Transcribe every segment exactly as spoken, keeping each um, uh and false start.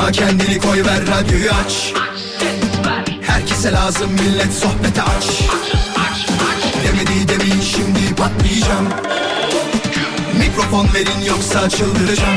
Uğraşma kendini koy ver radyoyu aç. Herkese lazım millet sohbete aç. Demedi demin şimdi patlayacağım. Mikrofon verin yoksa çıldıracağım.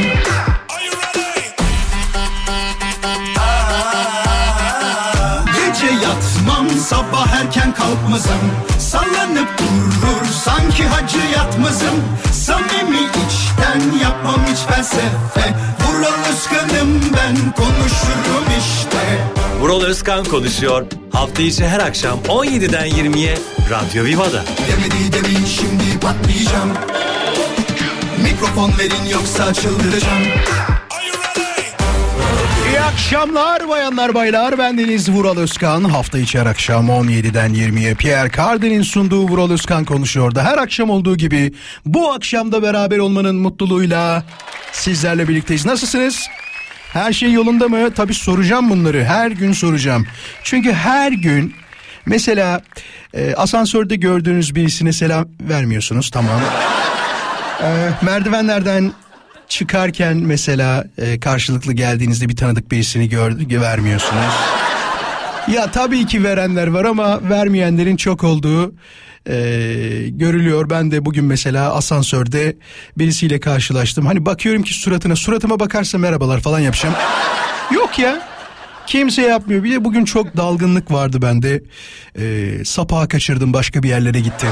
Gece yatmam sabah erken kalkmazım. Sallanıp durur sanki hacı yatmazım. Samimi içten yapmam hiç felsefe. Vural Özkan'ım ben konuşurum işte. Vural Özkan konuşuyor. Hafta içi her akşam on yediden yirmiye Radyo Viva'da. Demedi demin şimdi patlayacağım. Mikrofon verin yoksa çıldıracağım. İyi akşamlar bayanlar baylar, bendeniz Vural Özkan. Hafta içi her akşam on yediden yirmiye Pierre Cardin'in sunduğu Vural Özkan konuşuyor da her akşam olduğu gibi bu akşam da beraber olmanın mutluluğuyla sizlerle birlikteyiz. Nasılsınız? Her şey yolunda mı? Tabii soracağım bunları, her gün soracağım. Çünkü her gün mesela e, asansörde gördüğünüz birisine selam vermiyorsunuz, tamam. E, merdivenlerden çıkarken mesela e, karşılıklı geldiğinizde bir tanıdık birisini gördü, vermiyorsunuz. Ya tabii ki verenler var ama vermeyenlerin çok olduğu e, görülüyor. Ben de bugün mesela asansörde birisiyle karşılaştım. Hani bakıyorum ki suratına, suratıma bakarsa merhabalar falan yapacağım. Yok ya. Kimse yapmıyor. Bir de bugün çok dalgınlık vardı bende. E, sapağı kaçırdım, başka bir yerlere gittim.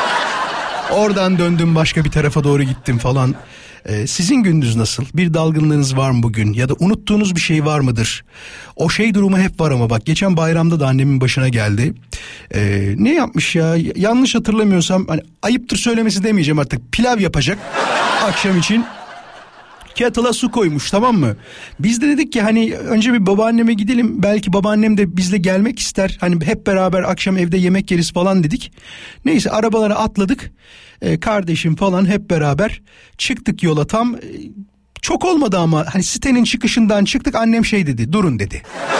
Oradan döndüm, başka bir tarafa doğru gittim falan. Ee, sizin gününüz nasıl? Bir dalgınlığınız var mı bugün? Ya da unuttuğunuz bir şey var mıdır? O şey durumu hep var ama bak geçen bayramda da annemin başına geldi. Ee, ne yapmış ya? Yanlış hatırlamıyorsam, hani ayıptır söylemesi demeyeceğim artık. Pilav yapacak akşam için. Kettle'a su koymuş, tamam mı? Biz de dedik ki hani önce bir babaanneme gidelim. Belki babaannem de bizle gelmek ister. Hani hep beraber akşam evde yemek yeriz falan dedik. Neyse arabalara atladık. Ee, kardeşim falan hep beraber çıktık yola tam. Ee, çok olmadı ama hani sitenin çıkışından çıktık, annem şey dedi, durun dedi.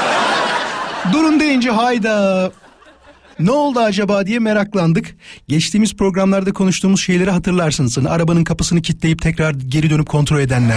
Durun deyince hayda... Ne oldu acaba diye meraklandık. Geçtiğimiz programlarda konuştuğumuz şeyleri hatırlarsınız. Hani arabanın kapısını kilitleyip tekrar geri dönüp kontrol edenler.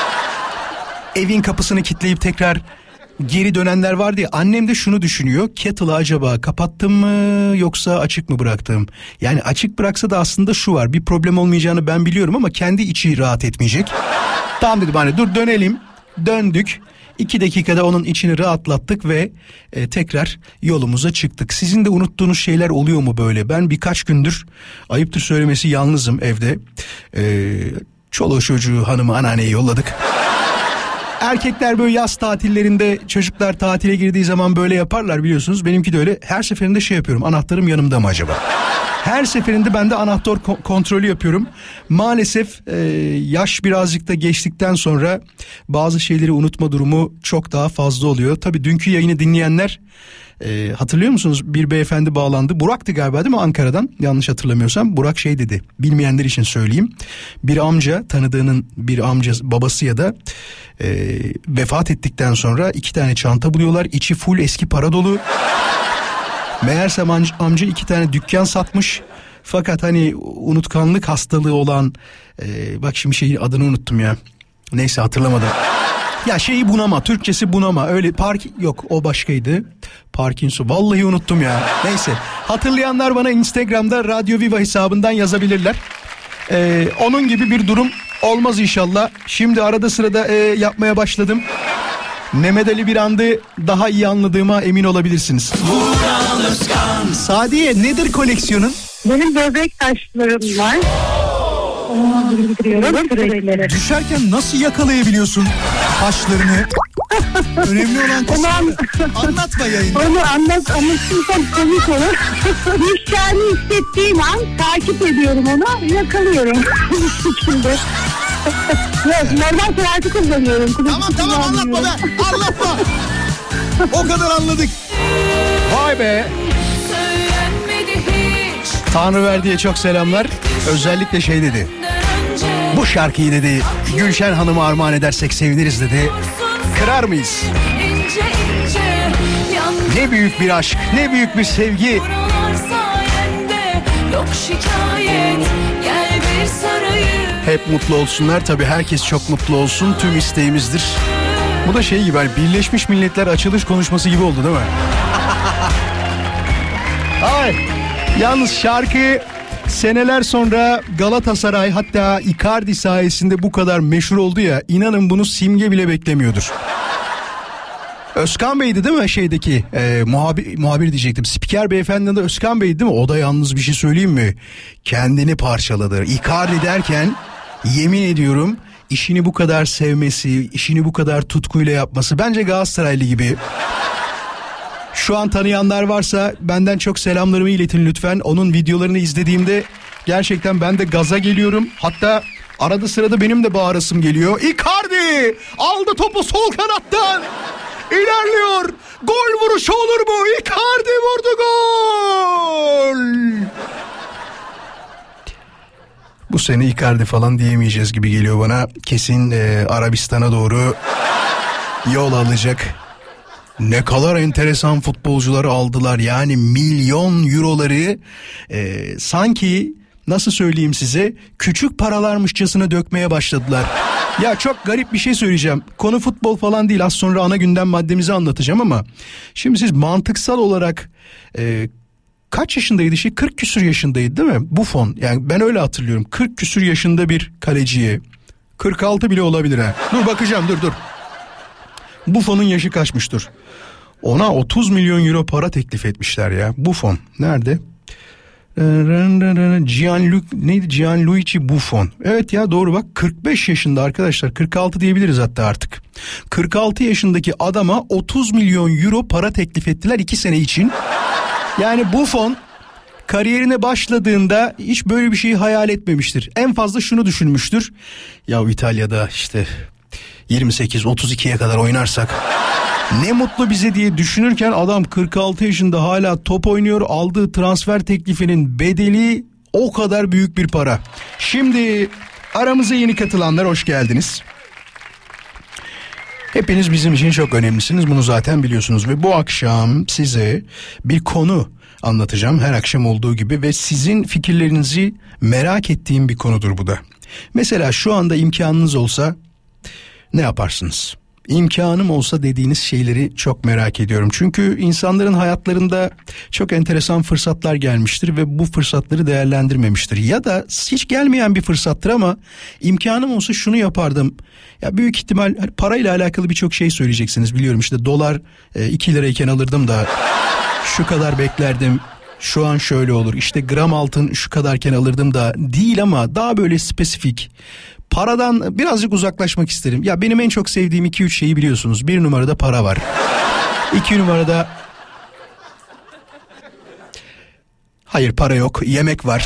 Evin kapısını kilitleyip tekrar geri dönenler vardı ya. Annem de şunu düşünüyor. Kettle'ı acaba kapattım mı yoksa açık mı bıraktım? Yani açık bıraksa da aslında şu var. Bir problem olmayacağını ben biliyorum ama kendi içi rahat etmeyecek. Tamam dedim, hani dur dönelim. Döndük. İki dakikada onun içini rahatlattık ve e, tekrar yolumuza çıktık. Sizin de unuttuğunuz şeyler oluyor mu böyle? Ben birkaç gündür, ayıptır söylemesi, yalnızım evde. E, çoluğu çocuğu, hanımı, anneanneyi yolladık. Erkekler böyle yaz tatillerinde, çocuklar tatile girdiği zaman böyle yaparlar biliyorsunuz. Benimki de öyle. Her seferinde şey yapıyorum. Anahtarım yanımda mı acaba? Her seferinde ben de anahtar ko- kontrolü yapıyorum. Maalesef e, yaş birazcık da geçtikten sonra bazı şeyleri unutma durumu çok daha fazla oluyor. Tabii dünkü yayını dinleyenler e, hatırlıyor musunuz? Bir beyefendi bağlandı. Burak'tı galiba değil mi, Ankara'dan? Yanlış hatırlamıyorsam. Burak şey dedi. Bilmeyenler için söyleyeyim. Bir amca, tanıdığının bir amca, babası ya da e, vefat ettikten sonra iki tane çanta buluyorlar. İçi full eski para dolu. Meğersem amca iki tane dükkan satmış. Fakat hani unutkanlık hastalığı olan e, bak şimdi şeyin adını unuttum ya. Neyse hatırlamadım. Ya şeyi bunama, Türkçesi bunama. Öyle park yok, o başkaydı. Parkinson. Vallahi unuttum ya. Neyse. Hatırlayanlar bana Instagram'da Radyo Viva hesabından yazabilirler. Ee, onun gibi bir durum olmaz inşallah. Şimdi arada sırada e, yapmaya başladım. Mehmet Ali bir andı daha iyi anladığıma emin olabilirsiniz. Sadiye, nedir koleksiyonun? Benim böbrek taşlarım var. Onu biriktiriyorum sürekli. Düşerken nasıl yakalayabiliyorsun taşlarını? Önemli olan kısmı. Anlatma yayını. Onu anlat, anlatırsam komik olur. Düşeceğini hissettiğim an takip ediyorum onu, yakalıyorum. Bu şekilde. Yok, normal terazi kullanıyorum. Tamam tamam anlatma be, anlatma. O kadar anladık. Vay be. Tanrı Verdi'ye çok selamlar. Özellikle şey dedi. Bu şarkıyı dedi Gülşen Hanım'a armağan edersek seviniriz dedi. Kırar mıyız? Ne büyük bir aşk, ne büyük bir sevgi. Hep mutlu olsunlar, tabii herkes çok mutlu olsun, tüm isteğimizdir. Bu da şey gibi, hani Birleşmiş Milletler açılış konuşması gibi oldu değil mi? Ay. Yalnız şarkı seneler sonra Galatasaray, hatta Icardi sayesinde bu kadar meşhur oldu ya, inanın bunu Simge bile beklemiyordur. Özkan Bey'di değil mi şeydeki e, muhabir, muhabir diyecektim. Spiker beyefendinin de Özkan Bey değil mi? O da yalnız bir şey söyleyeyim mi? Kendini parçaladı. Icardi derken yemin ediyorum işini bu kadar sevmesi, işini bu kadar tutkuyla yapması, bence Galatasaraylı gibi. Şu an tanıyanlar varsa benden çok selamlarımı iletin lütfen. Onun videolarını izlediğimde gerçekten ben de gaza geliyorum. Hatta arada sırada benim de bağırasım geliyor. Icardi aldı topu sol kanattan. İlerliyor. Gol vuruşu olur mu? Icardi vurdu, gol. Bu sene Icardi falan diyemeyeceğiz gibi geliyor bana. Kesin e, Arabistan'a doğru yol alacak. Ne kadar enteresan futbolcuları aldılar. Yani milyon euroları e, sanki nasıl söyleyeyim size, küçük paralarmışçasına dökmeye başladılar. Ya çok garip bir şey söyleyeceğim. Konu futbol falan değil. Az sonra ana gündem maddemizi anlatacağım ama şimdi siz mantıksal olarak e, kaç yaşındaydı? Şey kırk küsür yaşındaydı değil mi? Buffon. Yani ben öyle hatırlıyorum. kırk küsür yaşında bir kaleciye. kırk altı bile olabilir ha. Dur bakacağım, dur dur. Buffon'un yaşı kaçmıştır? Ona otuz milyon euro para teklif etmişler ya. Buffon nerede? Gianluigi neydi? Gianluigi Buffon. Evet ya, doğru bak, kırk beş yaşında arkadaşlar. kırk altı diyebiliriz hatta artık. kırk altı yaşındaki adama otuz milyon euro para teklif ettiler iki sene için. Yani Buffon kariyerine başladığında hiç böyle bir şeyi hayal etmemiştir. En fazla şunu düşünmüştür. Ya İtalya'da işte yirmi sekiz otuz ikiye kadar oynarsak ne mutlu bize diye düşünürken adam kırk altı yaşında hala top oynuyor. Aldığı transfer teklifinin bedeli o kadar büyük bir para. Şimdi aramıza yeni katılanlar hoş geldiniz. Hepiniz bizim için çok önemlisiniz, bunu zaten biliyorsunuz ve bu akşam size bir konu anlatacağım her akşam olduğu gibi ve sizin fikirlerinizi merak ettiğim bir konudur bu da. Mesela şu anda imkanınız olsa ne yaparsınız? İmkanım olsa dediğiniz şeyleri çok merak ediyorum. Çünkü insanların hayatlarında çok enteresan fırsatlar gelmiştir ve bu fırsatları değerlendirmemiştir. Ya da hiç gelmeyen bir fırsattır ama imkanım olsa şunu yapardım. Ya büyük ihtimal parayla alakalı birçok şey söyleyeceksiniz, biliyorum. İşte dolar iki lirayken alırdım da şu kadar beklerdim. Şu an şöyle olur. İşte gram altın şu kadarken alırdım da değil, ama daha böyle spesifik. Paradan birazcık uzaklaşmak isterim. Ya benim en çok sevdiğim iki üç şeyi biliyorsunuz. Bir numarada para var. İki numarada... Hayır, para yok. Yemek var.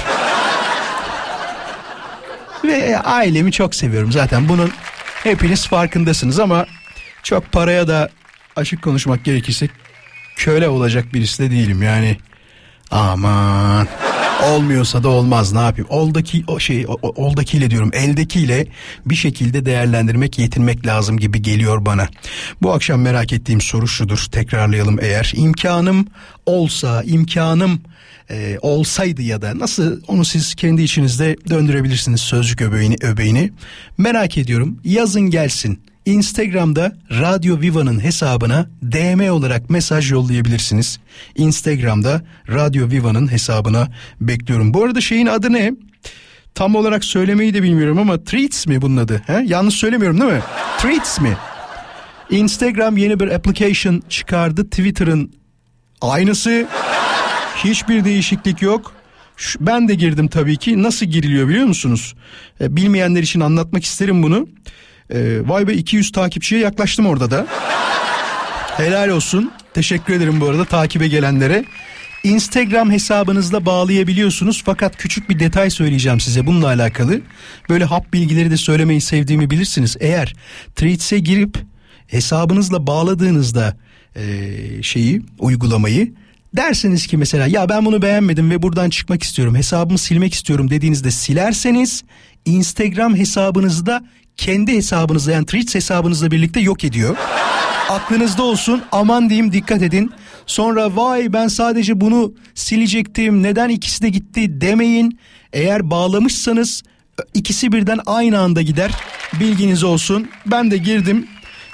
Ve ailemi çok seviyorum. Zaten bunun hepiniz farkındasınız ama çok paraya da açık konuşmak gerekirse köle olacak birisi de değilim. Yani aman... Olmuyorsa da olmaz, ne yapayım? Oldaki o şey, o, oldakiyle diyorum, eldekiyle bir şekilde değerlendirmek, yetinmek lazım gibi geliyor bana. Bu akşam merak ettiğim soru şudur, tekrarlayalım eğer. İmkanım olsa, imkanım e, olsaydı ya da nasıl, onu siz kendi içinizde döndürebilirsiniz sözcük öbeğini, öbeğini. Merak ediyorum, yazın gelsin. Instagram'da Radyo Viva'nın hesabına D M olarak mesaj yollayabilirsiniz. Instagram'da Radyo Viva'nın hesabına bekliyorum. Bu arada şeyin adı ne? Tam olarak söylemeyi de bilmiyorum ama Threads mi bunun adı? He? Yanlış söylemiyorum değil mi? Threads mi? Instagram yeni bir application çıkardı. Twitter'ın aynısı. Hiçbir değişiklik yok. Ben de girdim tabii ki. Nasıl giriliyor biliyor musunuz? Bilmeyenler için anlatmak isterim bunu. Ee, vay be, iki yüz takipçiye yaklaştım orada da. Helal olsun. Teşekkür ederim bu arada takibe gelenlere. Instagram hesabınızla bağlayabiliyorsunuz, fakat küçük bir detay söyleyeceğim size bununla alakalı. Böyle hap bilgileri de söylemeyi sevdiğimi bilirsiniz. Eğer Threads'e girip hesabınızla bağladığınızda e, şeyi, uygulamayı, dersiniz ki mesela ya ben bunu beğenmedim ve buradan çıkmak istiyorum, hesabımı silmek istiyorum dediğinizde silerseniz Instagram hesabınızı da kendi hesabınızla, yani Threads hesabınızla birlikte yok ediyor. Aklınızda olsun, aman diyeyim, dikkat edin. Sonra vay ben sadece bunu silecektim, neden ikisi de gitti demeyin. Eğer bağlamışsanız ikisi birden aynı anda gider, bilginiz olsun. Ben de girdim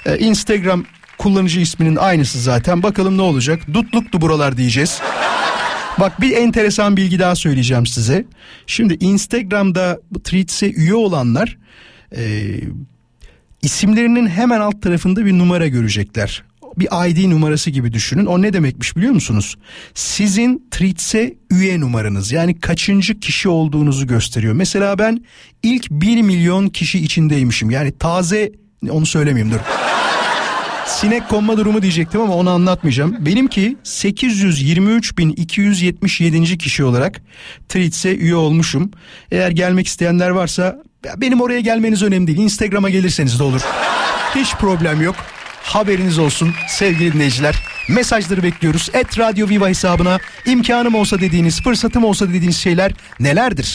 Ee, Instagram kullanıcı isminin aynısı zaten. Bakalım ne olacak? Dutluktu buralar diyeceğiz. Bak bir enteresan bilgi daha söyleyeceğim size. Şimdi Instagram'da Threads'e üye olanlar e, isimlerinin hemen alt tarafında bir numara görecekler. Bir I D numarası gibi düşünün. O ne demekmiş biliyor musunuz? Sizin Threads'e üye numaranız, yani kaçıncı kişi olduğunuzu gösteriyor. Mesela ben ilk bir milyon kişi içindeymişim. Yani taze, onu söylemeyeyim dur. Sinek konma durumu diyecektim ama onu anlatmayacağım. Benimki sekiz yüz yirmi üç bin iki yüz yetmiş yedinci kişi olarak Threads'e üye olmuşum. Eğer gelmek isteyenler varsa benim oraya gelmeniz önemli değil. Instagram'a gelirseniz de olur. Hiç problem yok. Haberiniz olsun sevgili dinleyiciler. Mesajları bekliyoruz. Et Radyo Viva hesabına imkanım olsa dediğiniz, fırsatım olsa dediğiniz şeyler nelerdir?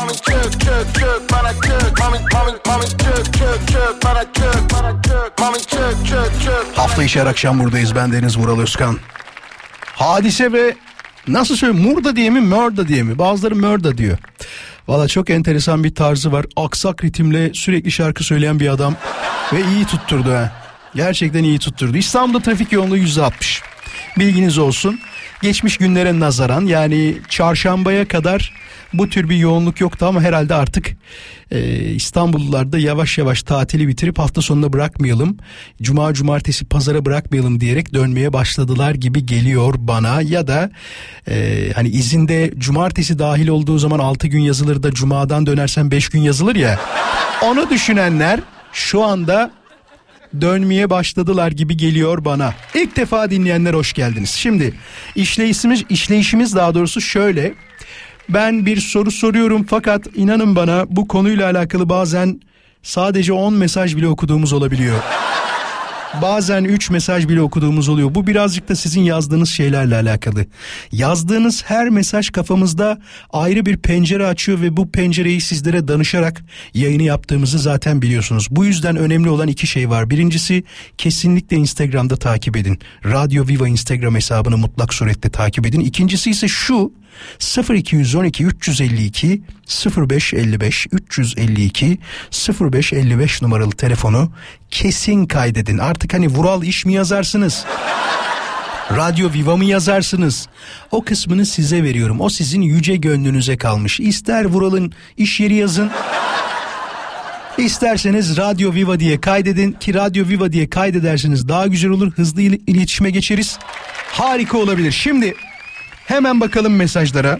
Hafta içi her akşam buradayız. Ben Deniz Vural Özkan. Hadise ve nasıl söyleyeyim, Murda diye mi Mörda diye mi? Bazıları Mörda diyor. Valla çok enteresan bir tarzı var. Aksak ritimle sürekli şarkı söyleyen bir adam. Ve iyi tutturdu ha. Gerçekten iyi tutturdu. İstanbul'da trafik yoğunluğu yüzde altmış. Bilginiz olsun. Geçmiş günlere nazaran, yani çarşambaya kadar bu tür bir yoğunluk yoktu ama herhalde artık e, İstanbullular da yavaş yavaş tatili bitirip hafta sonuna bırakmayalım, cuma cumartesi pazara bırakmayalım diyerek dönmeye başladılar gibi geliyor bana. Ya da e, hani izinde cumartesi dahil olduğu zaman altı gün yazılır da cumadan dönersen beş gün yazılır ya, onu düşünenler şu anda dönmeye başladılar gibi geliyor bana. İlk defa dinleyenler hoş geldiniz. Şimdi işleyişimiz, işleyişimiz daha doğrusu şöyle. Ben bir soru soruyorum fakat inanın bana bu konuyla alakalı bazen sadece on mesaj bile okuduğumuz olabiliyor. Bazen üç mesaj bile okuduğumuz oluyor. Bu birazcık da sizin yazdığınız şeylerle alakalı. Yazdığınız her mesaj kafamızda ayrı bir pencere açıyor ve bu pencereyi sizlere danışarak yayını yaptığımızı zaten biliyorsunuz. Bu yüzden önemli olan iki şey var. Birincisi, kesinlikle Instagram'da takip edin. Radyo Viva Instagram hesabını mutlak suretle takip edin. İkincisi ise şu: sıfır iki on iki üç yüz elli iki sıfır beş elli beş üç yüz elli iki sıfır beş elli beş numaralı telefonu kesin kaydedin. Artık hani Vural iş mi yazarsınız? Radyo Viva mı yazarsınız? O kısmını size veriyorum. O sizin yüce gönlünüze kalmış. İster Vural'ın iş yeri yazın, İsterseniz Radyo Viva diye kaydedin ki Radyo Viva diye kaydederseniz daha güzel olur. Hızlı il- iletişime geçeriz. Harika olabilir. Şimdi hemen bakalım mesajlara.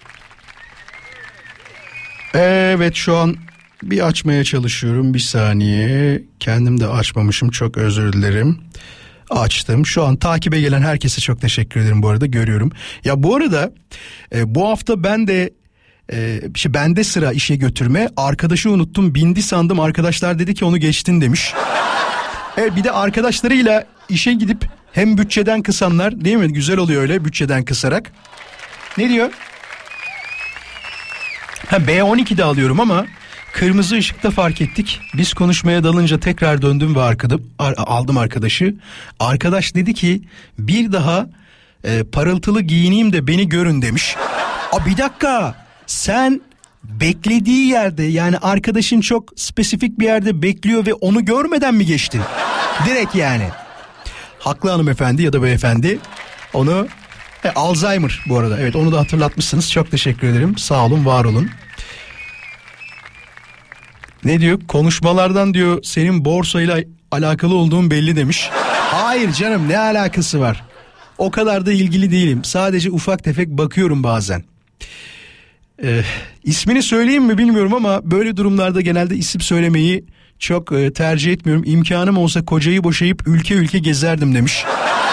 Evet, şu an bir açmaya çalışıyorum. Bir saniye. Kendim de açmamışım. Çok özür dilerim. Açtım. Şu an takibe gelen herkese çok teşekkür ederim bu arada. Görüyorum. Ya bu arada e, bu hafta ben de e, işte bende sıra işe götürme. Arkadaşı unuttum. Bindi sandım. Arkadaşlar dedi ki onu geçtin demiş. Evet, bir de arkadaşlarıyla işe gidip hem bütçeden kısanlar, değil mi? Güzel oluyor öyle bütçeden kısarak. Ne diyor? Ha, B on iki'de alıyorum ama kırmızı ışıkta fark ettik. Biz konuşmaya dalınca tekrar döndüm ve arkadım, aldım arkadaşı. Arkadaş dedi ki bir daha e, parıltılı giyineyim de beni görün demiş. Aa, bir dakika, sen beklediği yerde, yani arkadaşın çok spesifik bir yerde bekliyor ve onu görmeden mi geçtin? Direkt yani. Haklı hanımefendi ya da beyefendi. Onu e, Alzheimer bu arada. Evet, onu da hatırlatmışsınız. Çok teşekkür ederim. Sağ olun, var olun. Ne diyor? Konuşmalardan diyor senin borsayla alakalı olduğun belli demiş. Hayır canım, ne alakası var? O kadar da ilgili değilim. Sadece ufak tefek bakıyorum bazen. Ee, ismini söyleyeyim mi bilmiyorum ama böyle durumlarda genelde isim söylemeyi çok e, tercih etmiyorum. İmkanım olsa kocayı boşayıp ülke ülke gezerdim demiş.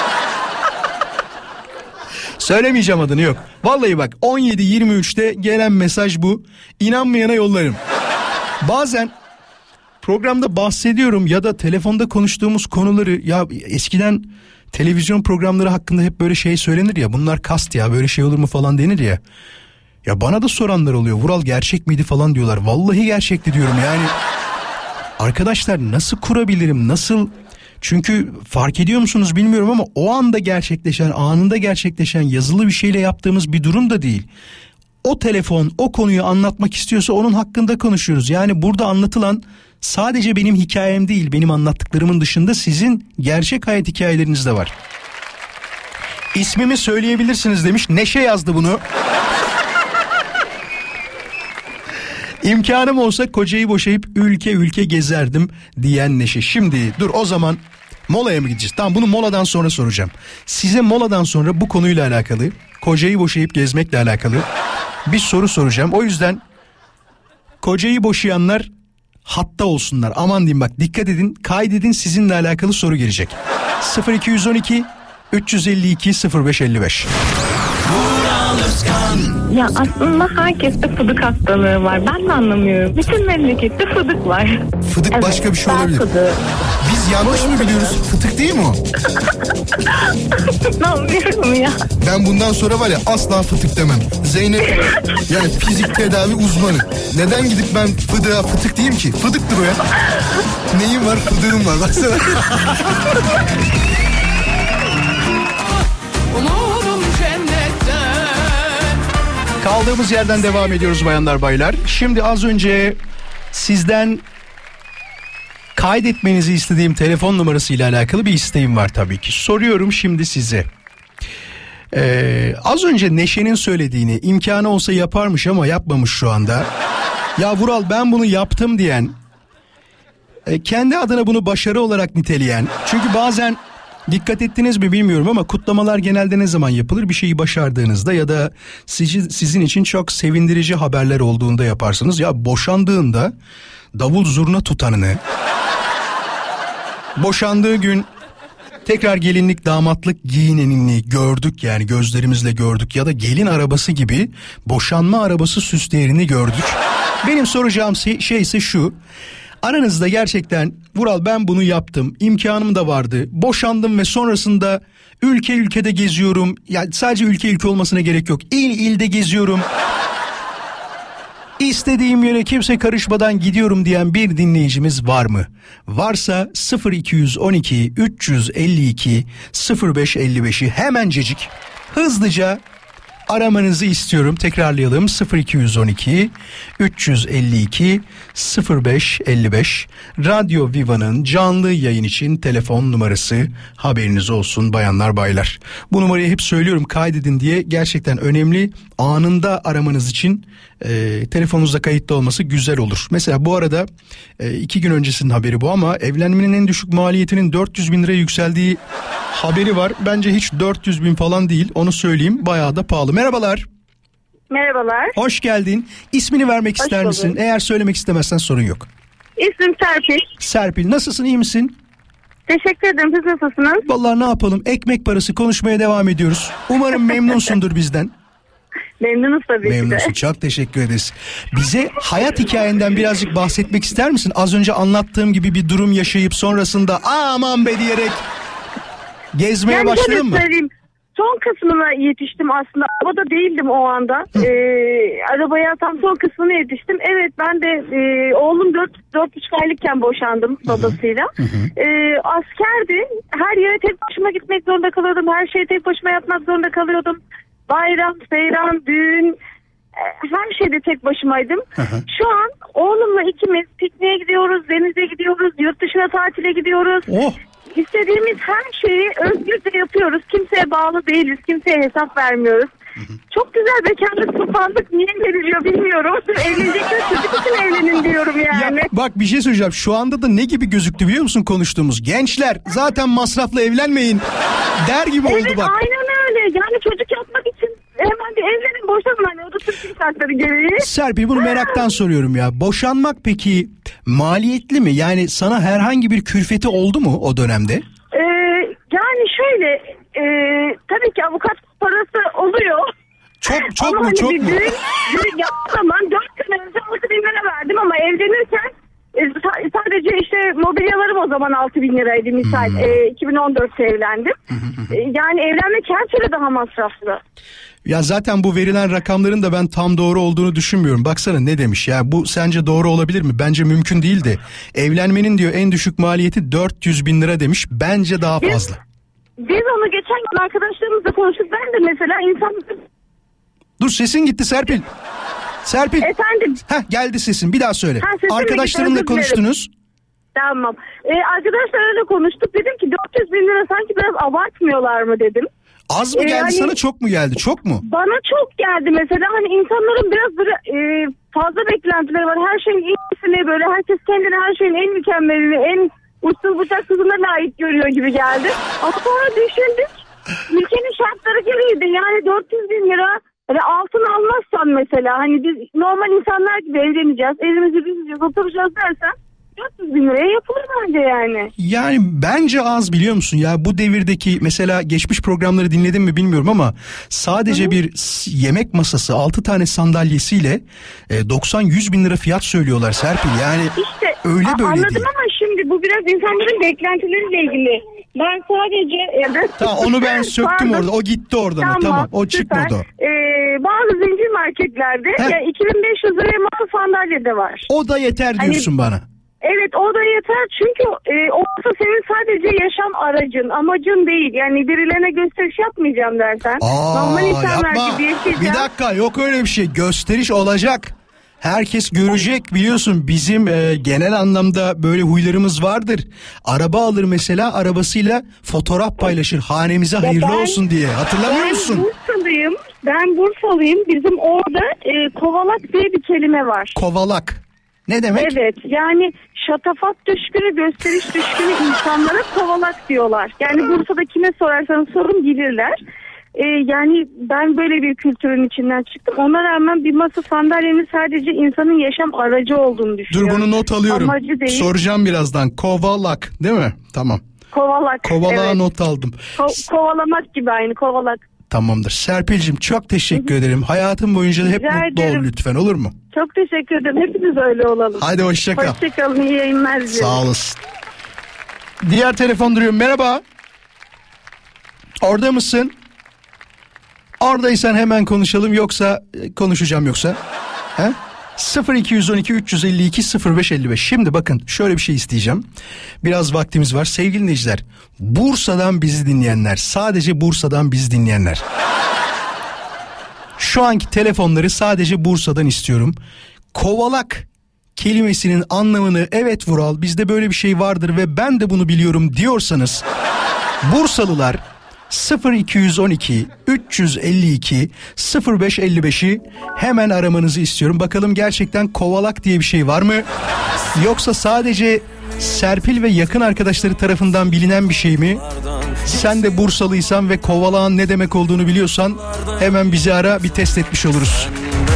Söylemeyeceğim adını, yok. Vallahi bak, on yedi yirmi üçte gelen mesaj bu. İnanmayana yollarım. Bazen programda bahsediyorum ya da telefonda konuştuğumuz konuları, ya eskiden televizyon programları hakkında hep böyle şey söylenir ya, bunlar kast ya, böyle şey olur mu falan denir ya. Ya bana da soranlar oluyor, Vural gerçek miydi falan diyorlar. Vallahi gerçekti diyorum yani. Arkadaşlar nasıl kurabilirim, nasıl? Çünkü fark ediyor musunuz bilmiyorum ama o anda gerçekleşen, anında gerçekleşen yazılı bir şeyle yaptığımız bir durum da değil. o telefon o konuyu anlatmak istiyorsa onun hakkında konuşuyoruz. Yani burada anlatılan sadece benim hikayem değil, benim anlattıklarımın dışında sizin gerçek hayat hikayeleriniz de var. İsmimi söyleyebilirsiniz demiş. Neşe yazdı bunu. İmkanım olsa kocayı boşayıp ülke ülke gezerdim diyen Neşe. Şimdi dur o zaman molaya mı gideceğiz? Tamam, bunu moladan sonra soracağım. Size moladan sonra bu konuyla alakalı, kocayı boşayıp gezmekle alakalı bir soru soracağım. O yüzden kocayı boşayanlar hatta olsunlar. Aman diyeyim bak, dikkat edin, kaydedin, sizinle alakalı soru gelecek. sıfır iki yüz on iki üç yüz elli iki sıfır beş elli beş. Ya aslında herkeste fıdık hastalığı var. Ben de anlamıyorum. Bütün memlekette fıdık var. Fıdık Evet, başka bir şey ben olabilir. fıdığı. Biz yanlış mı biliyoruz? Fıtık değil mi o? İnanmıyorum ya. Ben bundan sonra var ya asla fıtık demem. Zeynep yani fizik tedavi uzmanı. Neden gidip ben fıdığa fıtık diyeyim ki? Fıdıktır o ya. Neyim var? Fıdığım var. Baksana. Kaldığımız yerden devam ediyoruz bayanlar baylar. Şimdi az önce sizden kaydetmenizi istediğim telefon numarasıyla alakalı bir isteğim var tabii ki. Soruyorum şimdi size. Ee, az önce Neşe'nin söylediğini, imkanı olsa yaparmış ama yapmamış şu anda. Ya Vural ben bunu yaptım diyen, e, kendi adına bunu başarı olarak niteleyen. Çünkü bazen dikkat ettiniz mi bilmiyorum ama kutlamalar genelde ne zaman yapılır? Bir şeyi başardığınızda ya da sizi, sizin için çok sevindirici haberler olduğunda yaparsınız. Ya boşandığında davul zurna tutanını, boşandığı gün tekrar gelinlik damatlık giyinenini gördük, yani gözlerimizle gördük, ya da gelin arabası gibi boşanma arabası süslerini gördük. Benim soracağım şey ise şu: aranızda gerçekten Vural ben bunu yaptım, imkanım da vardı, boşandım ve sonrasında ülke ülkede geziyorum, yani sadece ülke ülke olmasına gerek yok, il ilde geziyorum, İstediğim yere kimse karışmadan gidiyorum diyen bir dinleyicimiz var mı? Varsa sıfır iki yüz on iki üç yüz elli iki sıfır beş elli beşi hemencecik hızlıca aramanızı istiyorum. Tekrarlayalım: sıfır iki yüz on iki üç yüz elli iki sıfır beş elli beş. Radyo Viva'nın canlı yayın için telefon numarası, haberiniz olsun bayanlar baylar. Bu numarayı hep söylüyorum, kaydedin diye, gerçekten önemli. Anında aramanız için e, telefonunuzda kayıtlı olması güzel olur. Mesela bu arada e, iki gün öncesinin haberi bu ama evlenmenin en düşük maliyetinin dört yüz bin liraya yükseldiği haberi var. Bence hiç dört yüz bin falan değil, onu söyleyeyim, bayağı da pahalı. Merhabalar. Merhabalar. Hoş geldin. İsmini vermek Hoş ister bulduk. misin? Eğer söylemek istemezsen sorun yok. İsmim Serpil. Serpil, nasılsın, iyi misin? Teşekkür ederim. Siz nasılsınız? Vallahi ne yapalım, ekmek parası konuşmaya devam ediyoruz. Umarım memnunsundur bizden. Memnunuz tabii Memnunsun, ki de. çok teşekkür ederiz. Bize hayat hikayenden birazcık bahsetmek ister misin? Az önce anlattığım gibi bir durum yaşayıp sonrasında aman be diyerek gezmeye Yani başladın şöyle mı? söyleyeyim. Son kısmına yetiştim aslında. Arabada değildim o anda. Ee, arabaya tam son kısmına yetiştim. Evet, ben de e, oğlum dört dört buçuk aylıkken boşandım babasıyla. Ee, askerdi. Her yere tek başıma gitmek zorunda kalıyordum. Her şeyi tek başıma yapmak zorunda kalıyordum. Bayram, seyran, düğün, e, her şeyde tek başımaydım. Şu an oğlumla ikimiz pikniğe gidiyoruz, denize gidiyoruz, yurt dışına tatile gidiyoruz. Oh. İstediğimiz her şeyi özgürce yapıyoruz. Kimseye bağlı değiliz. Kimseye hesap vermiyoruz. Çok güzel bekarlık, sultanlık niye veriliyor bilmiyorum. Evlenecekler, çocuk için evlenin diyorum yani. Ya bak bir şey söyleyeceğim. Şu anda da ne gibi gözüktü biliyor musun konuştuğumuz? Gençler zaten masrafla evlenmeyin der gibi oldu Evet, bak. aynen öyle. Yani çocuk yapmak için hemen bir evlenin, boşanın. Hani o da Türkiye şartları gereği. Serpil, bunu meraktan soruyorum ya. Boşanmak peki maliyetli mi? Yani sana herhangi bir külfeti oldu mu o dönemde? Ee, yani şöyle, e, tabii ki avukat parası oluyor. Çok çok ama mu hani çok bir mu? Düğün, düğün yaptığım zaman dört gün önce altı bin lira verdim ama evlenirken e, sa- sadece işte mobilyalarım o zaman altı bin liraydı misal. Hmm. E, iki bin on dörtte evlendim. E, yani evlenmek her türlü daha masraflı. Ya zaten bu verilen rakamların da ben tam doğru olduğunu düşünmüyorum. Baksana ne demiş ya, bu sence doğru olabilir mi? Bence mümkün değil de. Evlenmenin diyor en düşük maliyeti dört yüz bin lira demiş. Bence daha fazla. Biz onu geçen gün arkadaşlarımızla konuştuk. Ben de mesela insan Dur sesin gitti Serpil. Serpil. Efendim. Heh, geldi sesin, bir daha söyle. Ha, sesim arkadaşlarınla gitti, konuştunuz. Tamam. Ee, arkadaşlarla konuştuk. Dedim ki dört yüz bin lira sanki biraz abartmıyorlar mı dedim. Az mı Ee, geldi hani- sana, çok mu geldi? Çok mu? Bana çok geldi mesela, hani insanların biraz böyle e, fazla beklentileri var. Her şeyin iyisini, böyle herkes kendini her şeyin en mükemmelini, en uçsuz bucak kızına layık görüyor gibi geldi. Ama sonra düşündük. Ülkenin şartları gereğiydi. Yani dört yüz bin lira hani altın almazsan mesela, hani biz normal insanlar gibi evleneceğiz, evimizi büzeceğiz, oturacağız dersen dört yüz bin liraya yapılır bence yani. Yani bence az, biliyor musun ya, bu devirdeki mesela geçmiş programları dinledin mi bilmiyorum ama sadece Hı-hı. bir yemek masası altı tane sandalyesiyle doksan yüz bin lira fiyat söylüyorlar Serpil, yani işte, öyle a- böyle anladım değil. Ama şimdi bu biraz insanların beklentileriyle ilgili. Ben sadece... Evet. Tamam, onu ben söktüm Pardon. orada, o gitti oradan. Tamam, tamam o süper. çıkmadı. Ee, bazı zincir marketlerde ya iki bin beş yüz liraya masa sandalye de var. O da yeter diyorsun hani, bana. Evet, o da yeter çünkü e, o masa senin sadece yaşam aracın, amacın değil. Yani birilerine gösteriş yapmayacağım dersen. Aa, normal insanlar yapma. gibi yaşayacağım. Bir dakika, yok öyle bir şey, gösteriş olacak. Herkes görecek, biliyorsun bizim e, genel anlamda böyle huylarımız vardır. Araba alır mesela, arabasıyla fotoğraf paylaşır hanemize hayırlı ben, olsun diye, hatırlamıyor ben musun? Bursalıyım, ben Bursalıyım. Bizim orada e, kovalak diye bir kelime var. Kovalak. Ne demek? Evet, yani şatafat düşkünü, gösteriş düşkünü insanlara kovalak diyorlar. Yani Bursa'da kime sorarsanız sorun bilirler. Ee, yani ben böyle bir kültürün içinden çıktım. Ona rağmen bir masa sandalyenin sadece insanın yaşam aracı olduğunu düşünüyorum. Dur, bunu not alıyorum. Amacı değil. Soracağım birazdan. Kovalak değil mi? Tamam. Kovalak. Kovalağa evet. not aldım. Ko- kovalamak gibi aynı, kovalak. Tamamdır. Serpil'cim çok teşekkür ederim. Hayatın boyunca da hep Rica mutlu ederim. ol lütfen, olur mu? Çok teşekkür ederim. Hepimiz öyle olalım. Hadi hoşça kal. Hoşça kalın. İyi yayınlar diliyorum. Sağ olasın. Diğer telefon duruyor. Merhaba. Orada mısın? Oradaysan hemen konuşalım, yoksa konuşacağım yoksa. He? sıfır iki on iki üç elli iki sıfır beş elli beş. Şimdi bakın, şöyle bir şey isteyeceğim. Biraz vaktimiz var. Sevgili dinleyiciler, Bursa'dan bizi dinleyenler, sadece Bursa'dan bizi dinleyenler. Şu anki telefonları sadece Bursa'dan istiyorum. Kovalak kelimesinin anlamını, evet Vural bizde böyle bir şey vardır ve ben de bunu biliyorum diyorsanız, Bursalılar sıfır iki on iki üç elli iki sıfır beş elli beşi hemen aramanızı istiyorum. Bakalım gerçekten kovalak diye bir şey var mı? Yoksa sadece Serpil ve yakın arkadaşları tarafından bilinen bir şey mi? Sen de Bursalıysan ve kovalağın ne demek olduğunu biliyorsan hemen bizi ara, bir test etmiş oluruz.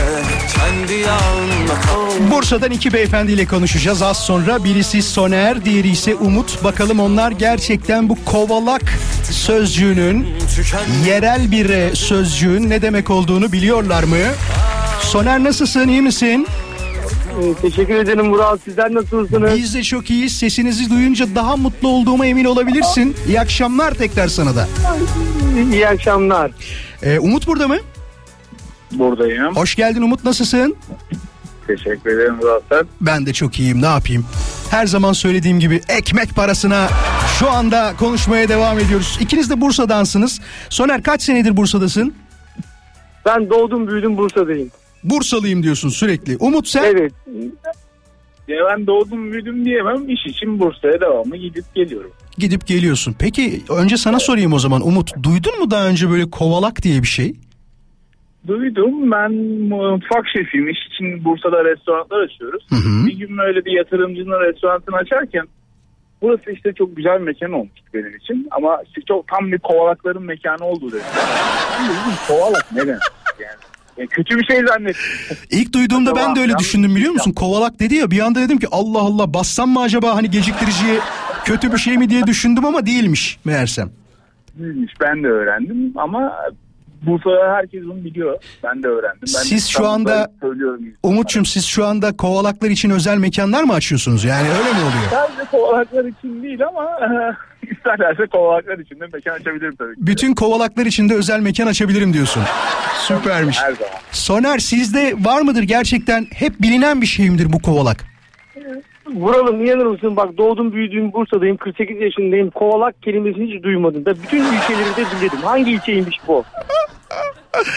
Bursa'dan iki beyefendiyle konuşacağız az sonra. Birisi Soner, diğeri ise Umut. Bakalım onlar gerçekten bu kovalak sözcüğünün, yerel bir sözcüğün ne demek olduğunu biliyorlar mı? Soner nasılsın, iyi misin? Ee, teşekkür ederim Murat. Sizler nasılsınız? Biz de çok iyiyiz. Sesinizi duyunca daha mutlu olduğuma emin olabilirsin. İyi akşamlar tekrar sana da. İyi akşamlar. Ee, Umut burada mı? Buradayım. Hoş geldin Umut, nasılsın? Teşekkür ederim Murat. Sen? Ben de çok iyiyim, ne yapayım? Her zaman söylediğim gibi ekmek parasına şu anda konuşmaya devam ediyoruz. İkiniz de Bursa'dansınız. Soner, kaç senedir Bursa'dasın? Ben doğdum büyüdüm Bursa'dayım. Bursalıyım diyorsun sürekli. Umut sen? Evet. Ya ben doğdum büyüdüm diyemem. İş için Bursa'ya devamlı gidip geliyorum. Gidip geliyorsun. Peki önce sana sorayım o zaman Umut. Duydun mu daha önce böyle kovalak diye bir şey? Duydum. Ben mutfak şefiyim. İş için Bursa'da restoranlar açıyoruz. Hı hı. Bir gün böyle bir yatırımcının restoranını açarken burası işte çok güzel bir mekan olmuştu benim için. Ama işte çok tam bir kovalakların mekanı oldu dedim. Ben de dedim, kovalak ne demek yani? Ya kötü bir şey zannettim. İlk duyduğumda ben de öyle düşündüm, biliyor musun? Kovalak dedi ya, bir anda dedim ki Allah Allah, bassam mı acaba hani geciktiriciye, kötü bir şey mi diye düşündüm ama değilmiş meğersem. Değilmiş, ben de öğrendim ama Bursa'da herkes bunu biliyor. Ben de öğrendim. Ben Siz de şu anda Umut'cum, siz şu anda kovalaklar için özel mekanlar mı açıyorsunuz? Yani öyle mi oluyor? Sadece kovalaklar için değil ama isterlerse kovalaklar için de mekan açabilirim tabii ki. Bütün kovalaklar için de özel mekan açabilirim diyorsun. Süpermiş. Her zaman. Soner, sizde var mıdır gerçekten, hep bilinen bir şey midir bu kovalak? Vuralım, inanır mısın? Bak doğdum büyüdüğüm Bursa'dayım. kırk sekiz yaşındayım. Kovalak kelimesini hiç duymadım. Da bütün ilçeleri de bilirim. Hangi ilçeymiş bu?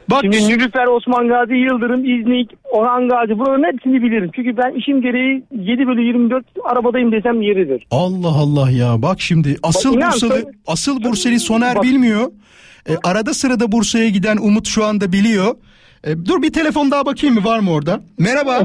Bak Şimdi Nilüfer, Osman Gazi, Yıldırım, İznik, Orhan Gazi buraların hepsini bilirim. Çünkü ben işim gereği yedi bölü yirmi dört arabadayım desem yeridir. Allah Allah ya, bak şimdi asıl Bak, inan, Bursalı söyle. asıl Burseli Soner Bak. bilmiyor. E, arada sırada Bursa'ya giden Umut şu anda biliyor. E, dur bir telefon daha bakayım mı, var mı orada? Merhaba.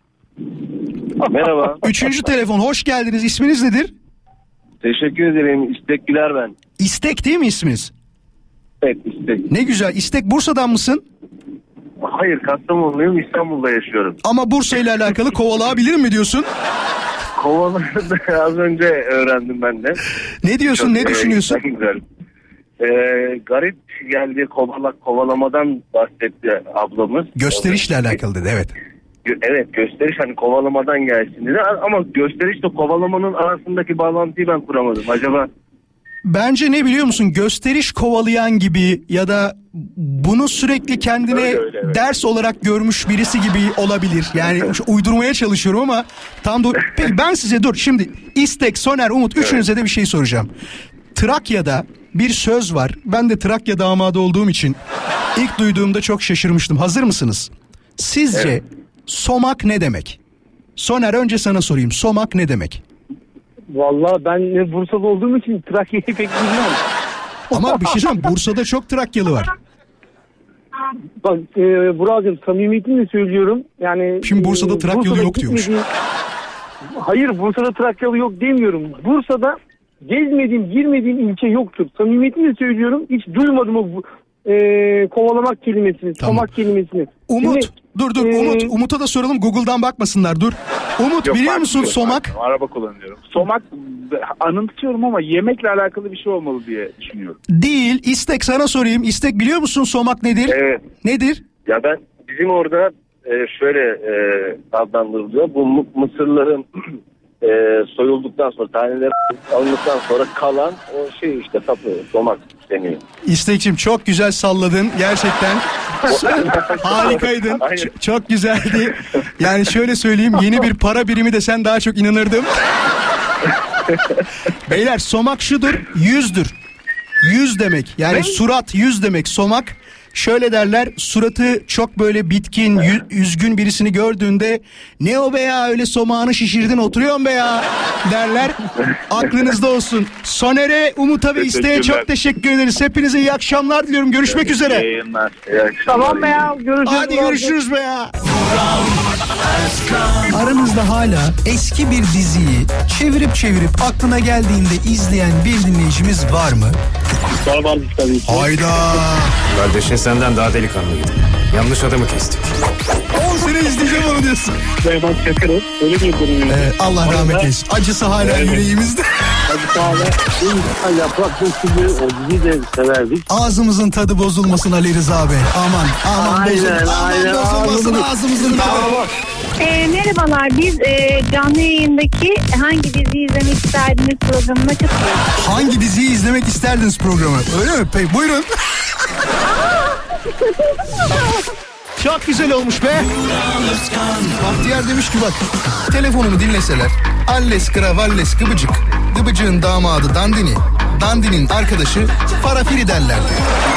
Merhaba. Üçüncü telefon, hoş geldiniz. İsminiz nedir? Teşekkür ederim. İstek Güler ben. İstek değil mi isminiz? Evet, İstek. Ne güzel. İstek, Bursa'dan mısın? Hayır, Kastamonluyum. İstanbul'da yaşıyorum. Ama Bursa ile alakalı kovalığa bilirim mi diyorsun? Kovalarını az önce öğrendim ben de. Ne diyorsun? Çok, ne düşünüyorsun? E, güzel. E, garip geldi, kovalak kovalamadan bahsetti ablamız. Gösterişle alakalı dedi, evet. Evet, gösteriş hani kovalamadan gelsin dedi. Ama gösterişle kovalamanın arasındaki bağlantıyı ben kuramadım. Acaba... Bence ne biliyor musun? Gösteriş kovalayan gibi ya da bunu sürekli kendine Öyle, öyle, evet. ders olarak görmüş birisi gibi olabilir. Yani uydurmaya çalışıyorum ama tam da... Peki ben size dur şimdi İstek, Soner, Umut üçünüze de bir şey soracağım. Trakya'da bir söz var. Ben de Trakya damadı olduğum için ilk duyduğumda çok şaşırmıştım. Hazır mısınız? Sizce Evet. somak ne demek? Soner, önce sana sorayım. Somak ne demek? Vallahi ben Bursalı olduğum için Trakya'yı pek bilmem. Ama bir şey söyleyeyim, Bursa'da çok Trakyalı var. Bak e, Buracığım, samimiyetimle söylüyorum. Yani Şimdi Bursa'da e, Trakyalı Bursa'da yok diyormuş. gitmediğim- Hayır, Bursa'da Trakyalı yok demiyorum. Bursa'da gezmediğim, girmediğim ilçe yoktur. Samimiyetimle söylüyorum. Hiç duymadım o bu- e, kovalamak kelimesini, Tamam. somak kelimesini. Umut, Şimdi, dur dur e, Umut, Umut'a da soralım, Google'dan bakmasınlar, dur. Umut, Yok, biliyor musun bakmıyorum, somak? bakmıyorum. Araba kullanıyorum. Somak anımtıyorum ama yemekle alakalı bir şey olmalı diye düşünüyorum. Değil. İstek, sana sorayım. İstek, biliyor musun somak nedir? Evet. Nedir? Ya ben bizim orada e, şöyle e, adlandırılıyor. Bu mı- mısırların e, soyulduktan sonra, taneleri alındıktan sonra kalan o şey işte sapı, somak deniyor. İstekçim, çok güzel salladın gerçekten. Harikaydın. Aynen. Ç- çok güzeldi. Yani şöyle söyleyeyim, yeni bir para birimi de sen daha çok inanırdım. Beyler, somak şudur, yüzdür. Yüz demek. Yani surat, yüz demek somak. Şöyle derler, suratı çok böyle bitkin, yü- üzgün birisini gördüğünde ne o be ya, öyle somağını şişirdin oturuyorsun be ya derler. Aklınızda olsun. Soner'e, Umut'a ve İstek'e Teşekkürler. çok teşekkür ederiz. Hepinize iyi akşamlar diliyorum. Görüşmek üzere. İyi yayınlar. İyi akşamlar. Tamam be ya, görüşürüz. Hadi görüşürüz be ya. Aranızda hala eski bir diziyi çevirip çevirip aklına geldiğinde izleyen bir dinleyicimiz var mı? Var var tabii ki. Hayda. Kardeşin senden daha delikanlıydı. Yanlış adamı kestik. on sene izleyeceğim onu diyorsun. Ben Çakır'ım. Öyle bir durum. Ee, Allah rahmet eylesin. Acısı hala yüreğimizde. Hadi sağ ol. Yaprak dökümü o diziyi de severdik. Ağzımızın tadı bozulmasın Ali Rıza Bey. Aman aman Aynen, bozulmasın. aynen. Aman bozulmasın Ağzımız- ağzımızın tadı. Ee, merhabalar, biz e, canlı yayındaki hangi diziyi izlemek isterdiniz programına katılıyoruz. Hangi diziyi izlemek isterdiniz programı? Öyle mi? Peki buyurun. Çok güzel olmuş be. Bahtiyar demiş ki bak, telefonumu dinleseler alles kravalles gıbıcık, gıbıcığın damadı Dandini, Dandinin arkadaşı Farafiri derlerdi.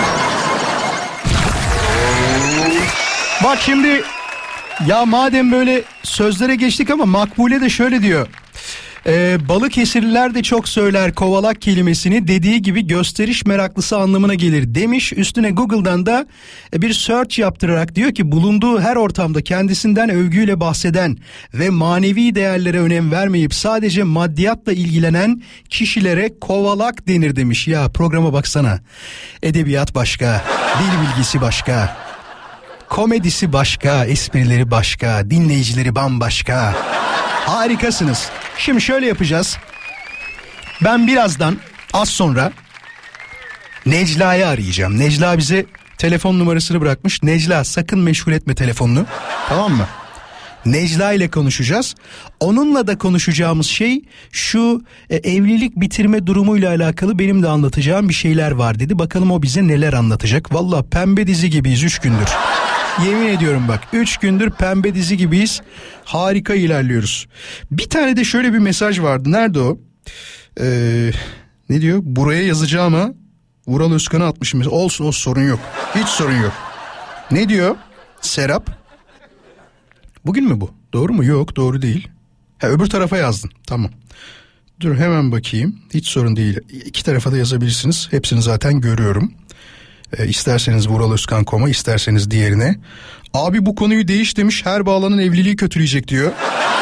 Bak şimdi, ya madem böyle sözlere geçtik ama Makbule de şöyle diyor. Ee, Balıkesirliler de çok söyler kovalak kelimesini, dediği gibi gösteriş meraklısı anlamına gelir demiş. Üstüne Google'dan da bir search yaptırarak diyor ki bulunduğu her ortamda kendisinden övgüyle bahseden ve manevi değerlere önem vermeyip sadece maddiyatla ilgilenen kişilere kovalak denir demiş. Ya programa baksana, edebiyat başka, dil bilgisi başka, komedisi başka, esprileri başka, dinleyicileri bambaşka. Harikasınız. Şimdi şöyle yapacağız. Ben birazdan, az sonra Necla'yı arayacağım. Necla bize telefon numarasını bırakmış. Necla, sakın meşgul etme telefonunu. Tamam mı? Necla ile konuşacağız. Onunla da konuşacağımız şey şu e, evlilik bitirme durumuyla alakalı benim de anlatacağım bir şeyler var dedi. Bakalım o bize neler anlatacak. Valla pembe dizi gibiyiz üç gündür. Yemin ediyorum bak, üç gündür pembe dizi gibiyiz. Harika ilerliyoruz. Bir tane de şöyle bir mesaj vardı. Nerede o? Ee, ne diyor? Buraya yazacağım ama Vural Özkan'a atmışım. Olsun, o sorun yok. Hiç sorun yok. Ne diyor Serap? Bugün mü bu? Doğru mu? Yok, doğru değil. Ha, öbür tarafa yazdın. Tamam. Dur hemen bakayım. Hiç sorun değil. İki tarafa da yazabilirsiniz. Hepsini zaten görüyorum. E, isterseniz vural özkan nokta com'a, isterseniz diğerine. Abi bu konuyu değiş demiş. Her bağlanan evliliği kötüleyecek diyor.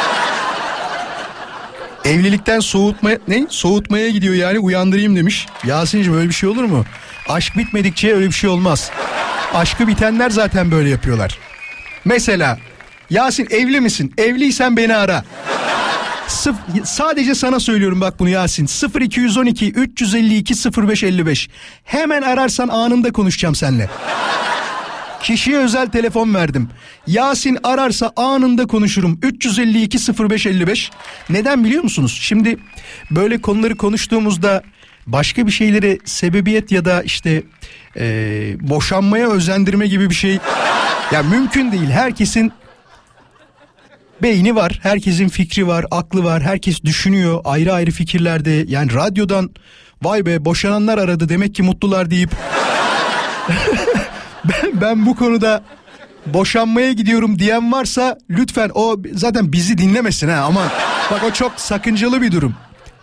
Evlilikten soğutmaya ne? Soğutmaya gidiyor yani, uyandırayım demiş. Yasin'cim öyle bir şey olur mu? Aşk bitmedikçe öyle bir şey olmaz. Aşkı bitenler zaten böyle yapıyorlar. Mesela Yasin evli misin? Evliysen beni ara. Sıf, sadece sana söylüyorum bak bunu Yasin. sıfır iki on iki üç yüz elli iki sıfır beş elli beş. Hemen ararsan anında konuşacağım seninle. Kişiye özel telefon verdim. Yasin ararsa anında konuşurum. üç yüz elli iki sıfır beş elli beş. Neden biliyor musunuz? Şimdi böyle konuları konuştuğumuzda başka bir şeylere sebebiyet ya da işte e, boşanmaya özendirme gibi bir şey ya mümkün değil. Herkesin beyni var, herkesin fikri var, aklı var, herkes düşünüyor ayrı ayrı fikirlerde. Yani radyodan vay be boşananlar aradı demek ki mutlular deyip ben, ben bu konuda boşanmaya gidiyorum diyen varsa lütfen o zaten bizi dinlemesin ha, aman bak o çok sakıncalı bir durum.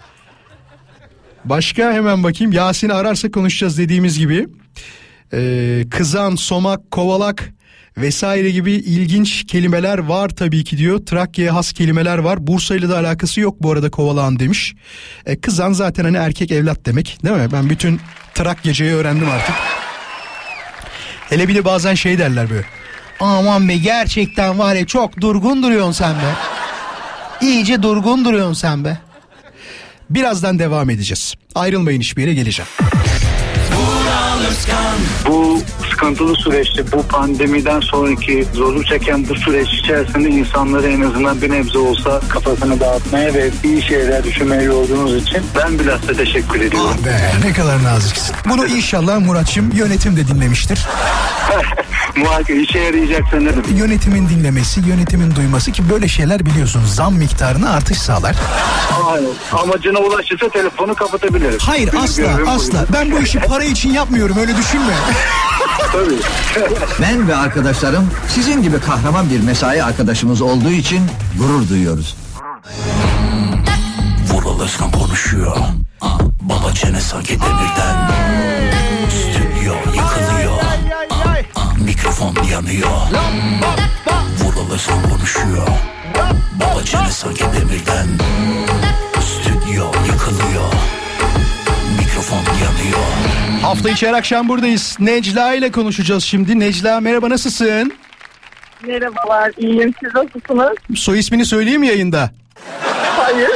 Başka hemen bakayım. Yasin'i ararsa konuşacağız dediğimiz gibi. Ee, kızan, somak, kovalak vesaire gibi ilginç kelimeler var tabii ki diyor. Trakya'ya has kelimeler var. Bursa ile de alakası yok bu arada kovalağın demiş. Ee, kızan zaten hani erkek evlat demek değil mi? Ben bütün Trakyacayı öğrendim artık. Hele bir de bazen şey derler böyle. Aman be gerçekten var ya çok durgun duruyorsun sen be. İyice durgun duruyorsun sen be. Birazdan devam edeceğiz. Ayrılmayın, hiçbir yere geleceğim. Bu sıkıntılı süreçte, bu pandemiden sonraki zorluk çeken bu süreç içerisinde insanları en azından bir nebze olsa kafasını dağıtmaya ve iyi şeyler düşünmeye yorduğunuz için ben bilhassa teşekkür ediyorum. Ah be ne kadar naziksin. Bunu inşallah Muratçım yönetim de dinlemiştir. Muhakkak işe yarayacaksa ne demek? Yönetimin dinlemesi, yönetimin duyması ki böyle şeyler biliyorsunuz zam miktarına artış sağlar. Hayır. Amacına ulaşırsa telefonu kapatabiliriz. Hayır Benim asla görevim asla. buydu. Ben bu işi para için yapmıyorum, öyle düşünme. Tabii. Ben ve arkadaşlarım sizin gibi kahraman bir mesai arkadaşımız olduğu için gurur duyuyoruz. Vural Özkan konuşuyor. Baba çenesi hak edemirden. Stüdyo yıkılıyor. Mikrofon yanıyor. Vural Özkan konuşuyor. Baba çenesi hak edemirden. Stüdyo yıkılıyor. Mikrofon yanıyor. Hafta içi her akşam buradayız. Necla ile konuşacağız şimdi. Necla merhaba, nasılsın? Merhabalar, iyiyim. Siz nasılsınız? Soy ismini söyleyeyim mi yayında? Hayır.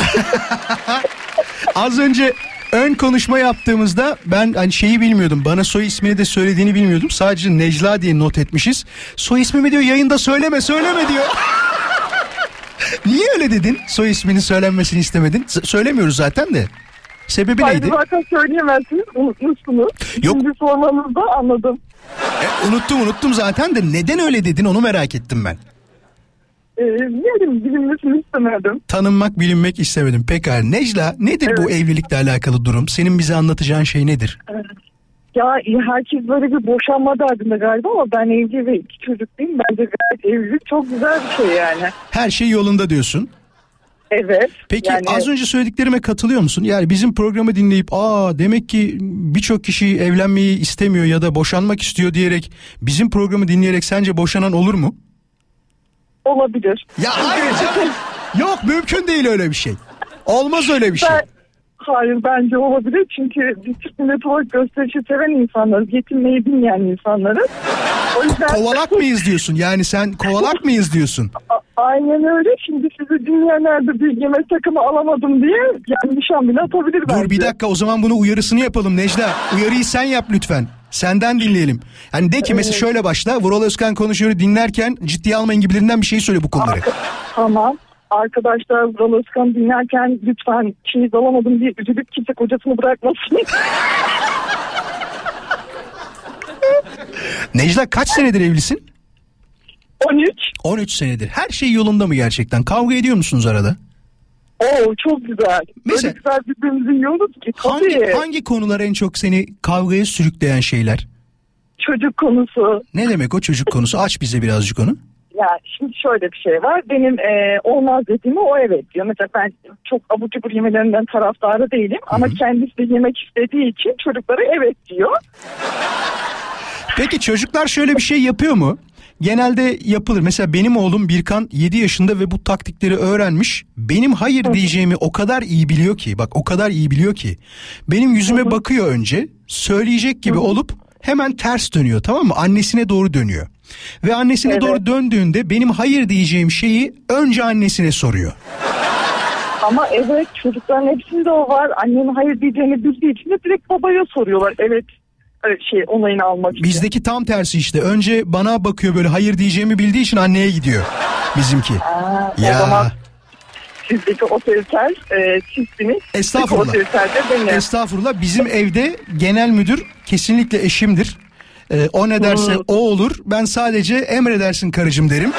Az önce ön konuşma yaptığımızda ben hani şeyi bilmiyordum. Bana soy ismini de söylediğini bilmiyordum. Sadece Necla diye not etmişiz. Soy ismimi diyor yayında söyleme söyleme diyor. Niye öyle dedin? Soy isminin söylenmesini istemedin. S- söylemiyoruz zaten de. Sebebi Hayır, neydi? zaten söyleyemezsiniz. Unutmuşsunuz. Yok. Şimdi sormanızda anladım. E, unuttum unuttum zaten de neden öyle dedin onu merak ettim ben. Ee, ne bileyim, bilinmesini istemedim. Tanınmak bilinmek istemedim. Pekala Necla, nedir Evet. bu evlilikle alakalı durum? Senin bize anlatacağın şey nedir? Evet. Ya herkes böyle bir boşanma derdinde galiba ama ben evli ve iki çocukluyum. Bence gayet evlilik çok güzel bir şey yani. Her şey yolunda diyorsun. Evet. Peki yani... az önce söylediklerime katılıyor musun? Yani bizim programı dinleyip aa demek ki birçok kişi evlenmeyi istemiyor ya da boşanmak istiyor diyerek bizim programı dinleyerek sence boşanan olur mu? Olabilir. Ya hayır canım. Yok, mümkün değil öyle bir şey. Olmaz öyle bir şey. Ben... Hayır, bence olabilir çünkü biz Türk milleti olarak gösterişi seven insanlarız. Yetinmeyi bilmeyen insanlarız. O yüzden... Kovalak mıyız diyorsun? Yani sen kovalak mıyız diyorsun? A- Aynen öyle. Şimdi sizi dinleyenlerde bir yemek takımı alamadım diye yani nişan bile atabilir bence. Dur bir dakika, o zaman bunu uyarısını yapalım Necla. Uyarıyı sen yap lütfen. Senden dinleyelim. Yani de ki mesela şöyle başla. Vural Özkan konuşuyor dinlerken ciddiye almayın gibilerinden bir şey söyle bu konuları. Tamam. Arkadaşlar Vural Özkan dinlerken lütfen çeyiz alamadım diye üzülüp kimse kocasını bırakmasın. Necla kaç senedir evlisin? on üç. on üç senedir. Her şey yolunda mı gerçekten? Kavga ediyor musunuz arada? Oo çok güzel. Mesela, Böyle güzel birbirimizi yiyoruz ki. Hangi, Tabii. hangi konular en çok seni kavgaya sürükleyen şeyler? çocuk konusu. Ne demek o çocuk konusu? Aç bize birazcık onu. Ya şimdi şöyle bir şey var. Benim e, olmaz dediğime o evet diyor. Mesela ben çok abur cubur yemelerinden taraftarı değilim. Hı-hı. Ama kendisi de yemek istediği için çocuklara evet diyor. Peki çocuklar şöyle bir şey yapıyor mu? Genelde yapılır. Mesela benim oğlum Birkan yedi yaşında ve bu taktikleri öğrenmiş. Benim hayır Hı-hı. diyeceğimi o kadar iyi biliyor ki. Bak o kadar iyi biliyor ki. Benim yüzüme Hı-hı. bakıyor önce. Söyleyecek gibi Hı-hı. olup hemen ters dönüyor, tamam mı? Annesine doğru dönüyor. Ve annesine evet. doğru döndüğünde benim hayır diyeceğim şeyi önce annesine soruyor. Ama evet, çocukların hepsinde o var. Annenin hayır diyeceğini bildiği için de direkt babaya soruyorlar. Evet, şey onayını almak için. Bizdeki tam tersi işte. Önce bana bakıyor, böyle hayır diyeceğimi bildiği için anneye gidiyor bizimki. Aa, ya. O zaman sizdeki otoriter e, sizsiniz. Estağfurullah. Estağfurullah. Bizim evde genel müdür kesinlikle eşimdir. Ee, o ne derse hmm. o olur. Ben sadece emredersin karıcığım derim.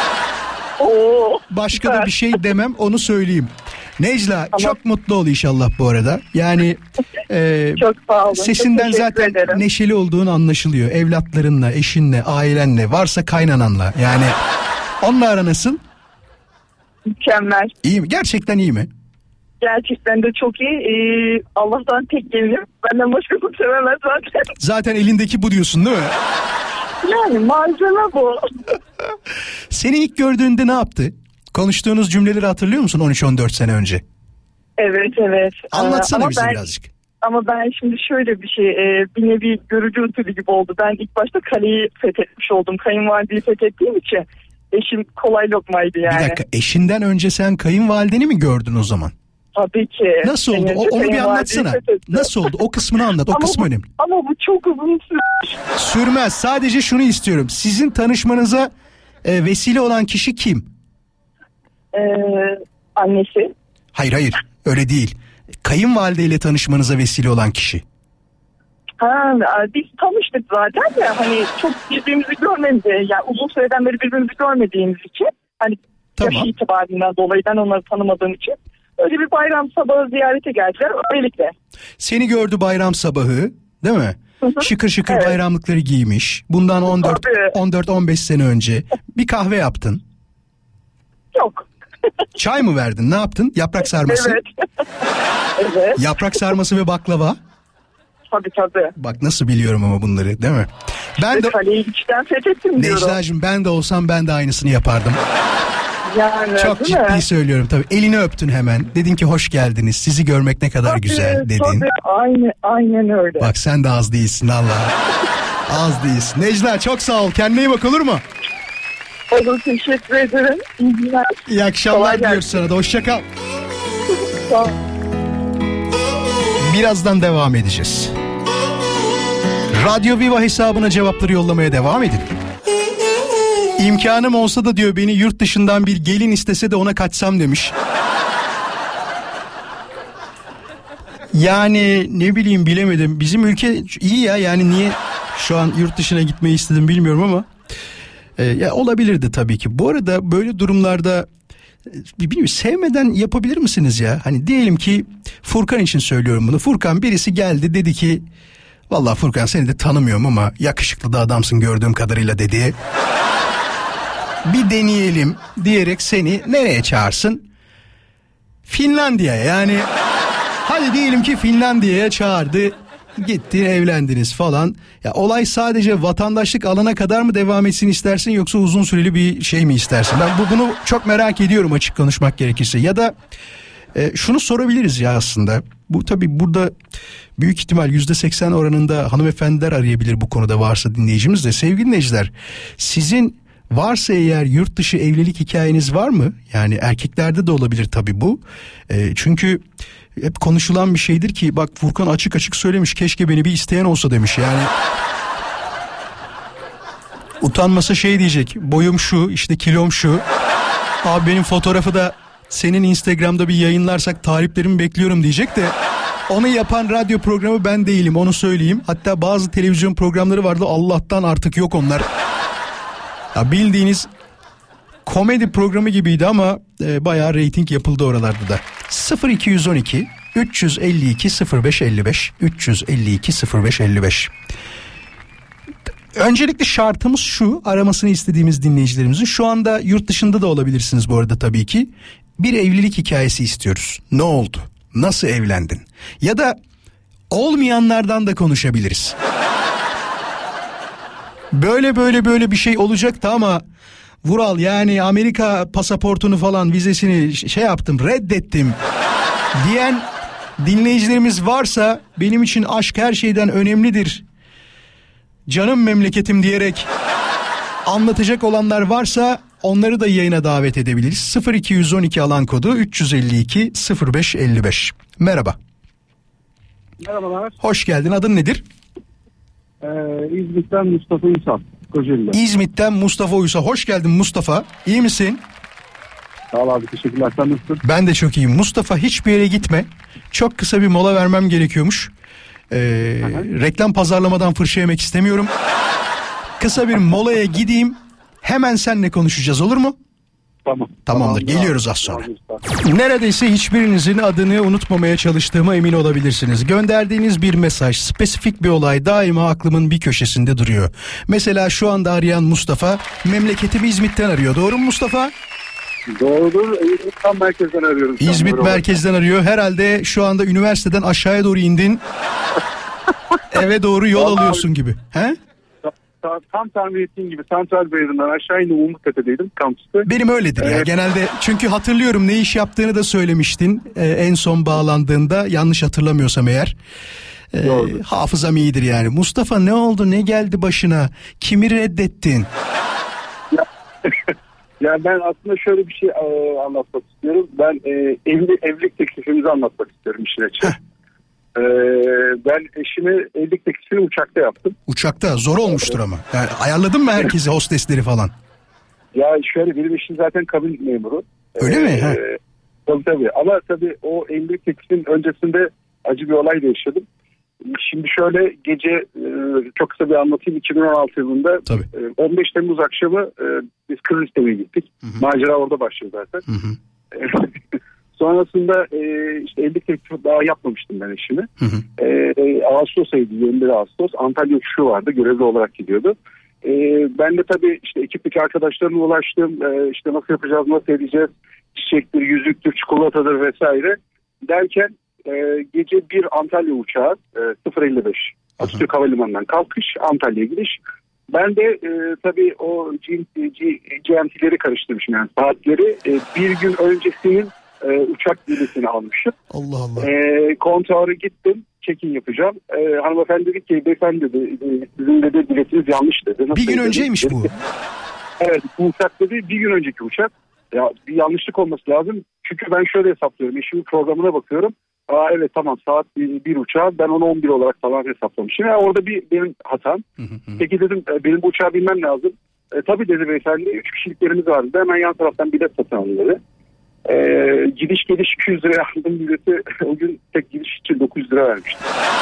Oo, Başka süper. da bir şey demem, onu söyleyeyim. Necla tamam. Çok mutlu ol inşallah bu arada. Yani e, çok sağ olun. Sesinden çok zaten ederim. Neşeli olduğun anlaşılıyor. Evlatlarınla, eşinle, ailenle, varsa kaynananla. Yani onunla ara nasıl? Mükemmel. İyi mi? Gerçekten iyi mi? Gerçekten de çok iyi. Ee, Allah'tan tek gelinim. Benden başkasını sevemez zaten. Zaten elindeki bu diyorsun değil mi? Yani malzeme bu. Seni ilk gördüğünde ne yaptı? Konuştuğunuz cümleleri hatırlıyor musun on üç on dört sene önce? Evet evet. Anlatsana ee, bize ben, birazcık. Ama ben şimdi şöyle bir şey, e, bir nevi görücü usulü gibi oldu. Ben ilk başta kaleyi fethetmiş oldum. Kayınvalideyi fethettiğim için eşim kolay lokmaydı yani. Bir dakika, eşinden önce sen kayınvalideni mi gördün o zaman? Tabii ki. Nasıl oldu? O, onu bir anlatsana. Nasıl oldu? O kısmını anlat. O ama kısmı bu, önemli. Ama bu çok uzun sürmüş. Sürmez. Sadece şunu istiyorum. Sizin tanışmanıza e, vesile olan kişi kim? Ee, annesi. Hayır hayır. Öyle değil. Kayınvalideyle tanışmanıza vesile olan kişi. Ha, biz tanıştık zaten de hani çok birbirimizi görmemizi, yani uzun süreden beri birbirimizi görmediğimiz için, hani tamam. Yaş itibarinden dolayı ben onları tanımadığım için öyle bir bayram sabahı ziyarete geldiler öylelikle. Seni gördü bayram sabahı, değil mi? Hı hı. Şıkır şıkır evet. Bayramlıkları giymiş. Bundan on dört on beş sene önce bir kahve yaptın. Yok. Çay mı verdin? Ne yaptın? Yaprak sarması. Evet. Evet. Yaprak sarması ve baklava. Tabii tabii. Bak nasıl biliyorum ama bunları, değil mi? Ben de kaleyi içten fethettim diyorum. Necla'cığım, ben de olsam ben de aynısını yapardım. Yani, çok ciddi mi? Söylüyorum tabii. Elini öptün hemen. Dedin ki hoş geldiniz. Sizi görmek ne kadar tabii, güzel dedin. Tabii, aynen, aynen öyle. Bak sen de az değilsin Allah. Az değilsin. Necla çok sağ ol. Kendine iyi bak, olur mu? Olur, teşekkür ederim. İyi günler. İyi akşamlar diliyoruz sana da. Hoşça kal. Sağ ol. Birazdan devam edeceğiz. Radyo Viva hesabına cevapları yollamaya devam edin. İmkanım olsa da diyor, beni yurt dışından bir gelin istese de ona kaçsam demiş. Yani ne bileyim, bilemedim. Bizim ülke iyi ya, yani niye şu an yurt dışına gitmeyi istedim bilmiyorum ama e, ya olabilirdi tabii ki. Bu arada böyle durumlarda bilmiyorum, sevmeden yapabilir misiniz ya? Hani diyelim ki Furkan için söylüyorum bunu. Furkan, birisi geldi dedi ki vallahi Furkan seni de tanımıyorum ama yakışıklı da adamsın gördüğüm kadarıyla dedi. Bir deneyelim diyerek seni nereye çağırsın? Finlandiya'ya. Yani hadi diyelim ki Finlandiya'ya çağırdı. Gittin, evlendiniz falan. Ya olay sadece vatandaşlık alana kadar mı devam etsin istersin, yoksa uzun süreli bir şey mi istersin? Ben bu, bunu çok merak ediyorum açık konuşmak gerekirse. Ya da e, şunu sorabiliriz ya aslında. Bu tabii burada büyük ihtimal yüzde seksen oranında hanımefendiler arayabilir bu konuda, varsa dinleyicimiz de. Sevgili dinleyiciler, sizin varsa eğer yurt dışı evlilik hikayeniz var mı? Yani erkeklerde de olabilir tabii bu. E, çünkü hep konuşulan bir şeydir ki, bak Furkan açık açık söylemiş, keşke beni bir isteyen olsa demiş yani. Utanmasa şey diyecek, boyum şu, işte kilom şu. Abi benim fotoğrafı da senin Instagram'da bir yayınlarsak taliplerimi bekliyorum diyecek de. Onu yapan radyo programı ben değilim, onu söyleyeyim. Hatta bazı televizyon programları vardı, Allah'tan artık yok onlar. Ya bildiğiniz komedi programı gibiydi ama e, bayağı reyting yapıldı oralarda da. sıfır iki on iki üç elli iki sıfır beş elli beş üç elli iki sıfır beş elli beş. Öncelikle şartımız şu, aramasını istediğimiz dinleyicilerimizin, şu anda yurt dışında da olabilirsiniz bu arada tabii ki, bir evlilik hikayesi istiyoruz. Ne oldu? Nasıl evlendin? Ya da olmayanlardan da konuşabiliriz. Böyle böyle böyle bir şey olacaktı ama Vural, yani Amerika pasaportunu falan, vizesini şey yaptım, reddettim diyen dinleyicilerimiz varsa, benim için aşk her şeyden önemlidir, canım memleketim diyerek anlatacak olanlar varsa onları da yayına davet edebiliriz. sıfır iki on iki alan kodu üç yüz elli iki sıfır beş elli beş. Merhaba. Merhabalar. Hoş geldin. Adın nedir? Ee, İzmit'ten Mustafa Uysal. Kocaeli'den. İzmit'ten Mustafa Uysal. Hoş geldin Mustafa. İyi misin? Sağ ol abi, teşekkürler. Sen nasılsın? Ben de çok iyiyim. Mustafa, hiçbir yere gitme. Çok kısa bir mola vermem gerekiyormuş. Ee, reklam pazarlamadan fırça yemek istemiyorum. Kısa bir molaya gideyim. Hemen seninle konuşacağız, olur mu? Tamam. Tamamdır. Tamam, geliyoruz az sonra. Neredeyse hiçbirinizin adını unutmamaya çalıştığıma emin olabilirsiniz. Gönderdiğiniz bir mesaj, spesifik bir olay daima aklımın bir köşesinde duruyor. Mesela şu anda arayan Mustafa memleketimi İzmit'ten arıyor. Doğru mu Mustafa? Doğrudur. İzmit tam merkezden arıyorum. İzmit merkezden arıyor. Herhalde şu anda üniversiteden aşağıya doğru indin. Eve doğru yol Vallahi alıyorsun abi, gibi. He? Tam, tam tahmin ettiğin gibi Santral Bayırı'ndan aşağı indim, Umuttepe'deydim, kampüste. Benim öyledir ya Evet. genelde, çünkü hatırlıyorum ne iş yaptığını da söylemiştin ee, en son bağlandığında, yanlış hatırlamıyorsam eğer. Ee, hafızam iyidir yani. Mustafa, ne oldu, ne geldi başına, kimi reddettin? Ya, yani ben aslında şöyle bir şey e, anlatmak istiyorum. Ben e, evli, evlilik teklifimizi anlatmak istiyorum işin açığı. Ee, ben eşime evlilik teklifini uçakta yaptım. Uçakta zor olmuştur ama. Yani ayarladın mı herkesi, hostesleri falan? Ya şöyle, benim eşim zaten kabin memuru. Öyle ee, mi? Ha. Tabii tabii. Ama tabii o evlilik teklifinin öncesinde acı bir olay da yaşadım. Şimdi şöyle, gece e, çok kısa bir anlatayım. iki bin on altı yılında e, on beş Temmuz akşamı e, biz Kız istemeye gittik. Hı hı. Macera orada başlıyor zaten. Hı hı. Sonrasında e, işte evlilik teklifi daha yapmamıştım ben eşime. Hı hı. E, Ağustos ayıydı, yirmi bir Ağustos. Antalya uçuşu vardı, görevli olarak gidiyordu. E, ben de tabii işte ekipteki arkadaşlarıma ulaştım. E, işte nasıl yapacağız, nasıl edeceğiz? Çiçektir, yüzüktür, çikolatadır vesaire. Derken e, gece bir Antalya uçağı e, sıfır elli beş Atatürk Havalimanı'ndan kalkış, Antalya'ya gidiş. Ben de e, tabii o G M T'leri karıştırmışım, yani saatleri. E, bir gün öncesinin e, uçak biletini almışım. Allah Allah. E, kontuara gittim, check-in yapacağım. E, hanımefendi dedi ki, beyefendi dedi, sizin dedi biletiniz yanlış dedi. Nasıl bir gün dedi? önceymiş bu. Evet, bu uçak dedi bir gün önceki uçak. Ya bir yanlışlık olması lazım. Çünkü ben şöyle hesaplıyorum, eşimin programına bakıyorum. Aa evet tamam, saat bir, bir uçağı, ben onu on bir olarak falan hesaplamışım. Yani orada bir benim hatam. Hı hı. Peki dedim, benim bu uçağı bilmem lazım. E, tabii dedi beyefendi, üç kişiliklerimiz vardı. Hemen yan taraftan bilet satın alın dedi. E, gidiş geliş iki yüz liraya aldım bileti. O gün tek gidiş için dokuz yüz lira vermiştim.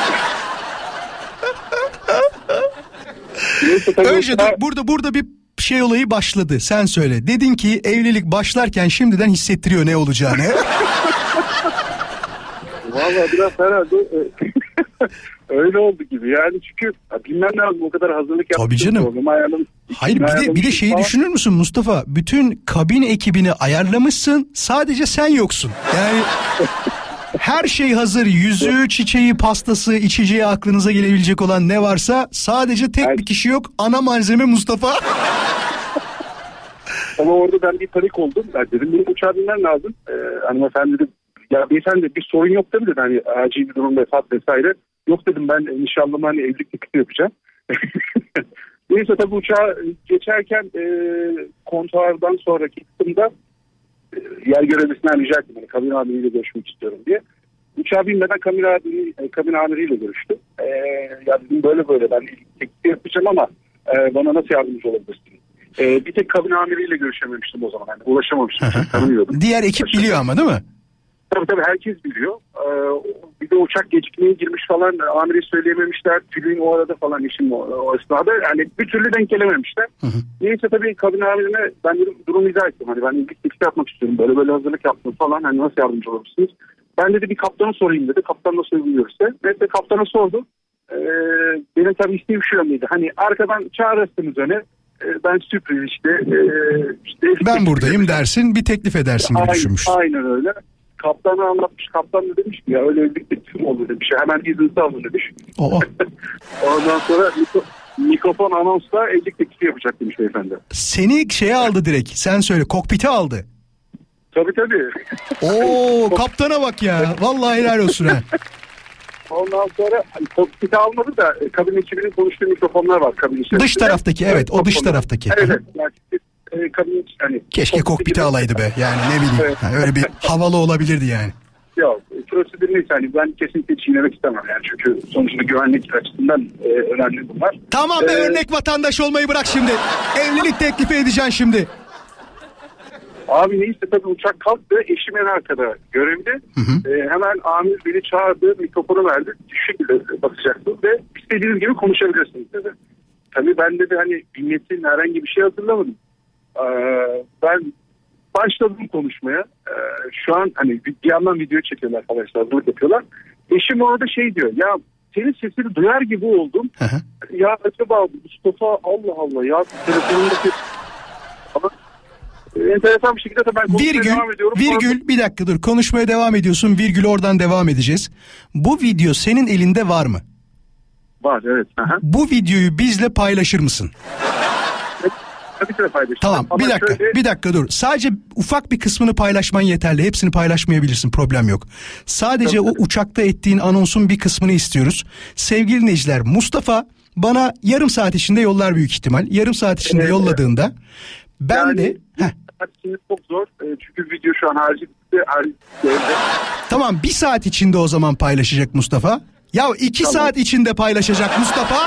Neyse, Önce dur, burada burada bir şey olayı başladı. Sen söyle. Dedin ki evlilik başlarken şimdiden hissettiriyor ne olacağını. Valla biraz herhalde öyle oldu gibi yani, çünkü bilmem lazım, o kadar hazırlık yaptım. Tabii canım. Ayarladım, hayır bir de, bir de şeyi falan düşünür müsün Mustafa? Bütün kabin ekibini ayarlamışsın, sadece sen yoksun. Yani her şey hazır, yüzüğü, çiçeği, pastası, içeceği, aklınıza gelebilecek olan ne varsa, sadece tek bir kişi yok, ana malzeme Mustafa. Ama orada ben bir panik oldum. Ben dedim benim uçağı bilmem lazım. Ee, hanımefendi dedi, ya beyefendi bir sorun yok değil mi dedi, hani acil bir durum, vefat vesaire. Yok dedim, ben nişanlıma hani evlilik teklifi yapacağım. Neyse tabii uçağa geçerken e, kontuardan sonraki kısımda e, yer görevlisinden rica ettim, hani kabin amiriyle görüşmek istiyorum diye. Uçağa binmeden kabin, amiri, e, kabin amiriyle görüştüm. E, ya dedim böyle böyle ben teklifi yapacağım ama e, bana nasıl yardımcı olabilirsiniz? E, bir tek kabin amiriyle görüşememiştim o zaman, yani ulaşamamıştım. Diğer ekip biliyor ama değil mi? Tabii tabii, herkes biliyor. Ee, bir de uçak gecikmeye girmiş falan, amiri söyleyememişler. Tülin o arada falan, işim o, o esnada. Yani bir türlü denk gelememişler. Hı hı. Neyse tabii kabin amirine ben dedim, durumu izah ettim. Hani ben ilk teklif yapmak istiyorum. Böyle böyle hazırlık yaptım falan. Hani nasıl yardımcı olabilirsiniz? Ben dedi bir kaptanı sorayım dedi. Kaptan nasıl uygun görürse. Neyse kaptana sordu. e, benim tabii isteğim şu yöndeydi. Hani arkadan çağırırsınız öne. E, ben sürpriz işte. E, işte ben buradayım dersin, bir teklif edersin gibi düşünmüştüm. Aynen öyle. Kaptana anlatmış. Kaptan da demiş ki ya öyle evlilik teklifi oldu demiş. Hemen izninizi alın demiş. Ondan sonra mikro, mikrofon anonsla evlilik teklifi yapacak demiş beyefendi. Seni şeye aldı direkt. Sen söyle, kokpite aldı. Tabii tabii. Oo, kaptana bak ya. Vallahi helal olsun ha. Ondan sonra kokpite almadı da kabin ekibinin konuştuğu mikrofonlar var kabin içerisinde. Dış taraftaki evet, o dış taraftaki. Evet evet. Yani, e, kabin, hani, keşke kokpite gibi alaydı be. Yani ne bileyim. Evet. Yani öyle bir havalı olabilirdi yani. Yok. Prosedür neyse hani ben kesinlikle çiğnemek istemem yani. Çünkü sonuçta güvenlik açısından e, önemli bunlar. Tamam be, ee, örnek vatandaş olmayı bırak şimdi. Evlilik teklifi edeceksin şimdi. Abi neyse tabii uçak kalktı. Eşim en arkada görevli. Hı hı. Ee, hemen amir beni çağırdı. Mikrofonu verdi. Şu şekilde bakacaksınız ve istediğiniz gibi konuşabilirsiniz dedi. Tabii ben de hani binnetin herhangi bir şey hatırlamadım. Ee, ben başladım konuşmaya. Ee, şu an hani bir yandan video çekiyorlar arkadaşlar. Dur yapıyorlar. Eşim orada şey diyor. Ya senin sesini duyar gibi oldum. Hı hı. Ya acaba Mustafa Allah Allah ya telefonundaki... Ama enteresan bir şekilde de ben konuşmaya virgül, devam ediyorum. Virgül Orada... bir dakika dur, konuşmaya devam ediyorsun, virgül oradan devam edeceğiz. Bu video senin elinde var mı? Var evet. Aha. Bu videoyu bizle paylaşır mısın? Evet, tabii ki de paylaşırım. Tamam ama bir dakika şöyle... bir dakika dur. Sadece ufak bir kısmını paylaşman yeterli. Hepsini paylaşmayabilirsin, problem yok. Sadece tabii. O uçakta ettiğin anonsun bir kısmını istiyoruz. Sevgili dinleyiciler, Mustafa bana yarım saat içinde yollar büyük ihtimal. Yarım saat içinde evet, yolladığında evet. Ben yani, de şimdi çok zor çünkü video şu an harici tamam, bir saat içinde o zaman paylaşacak Mustafa. Ya iki tamam. saat içinde paylaşacak Mustafa.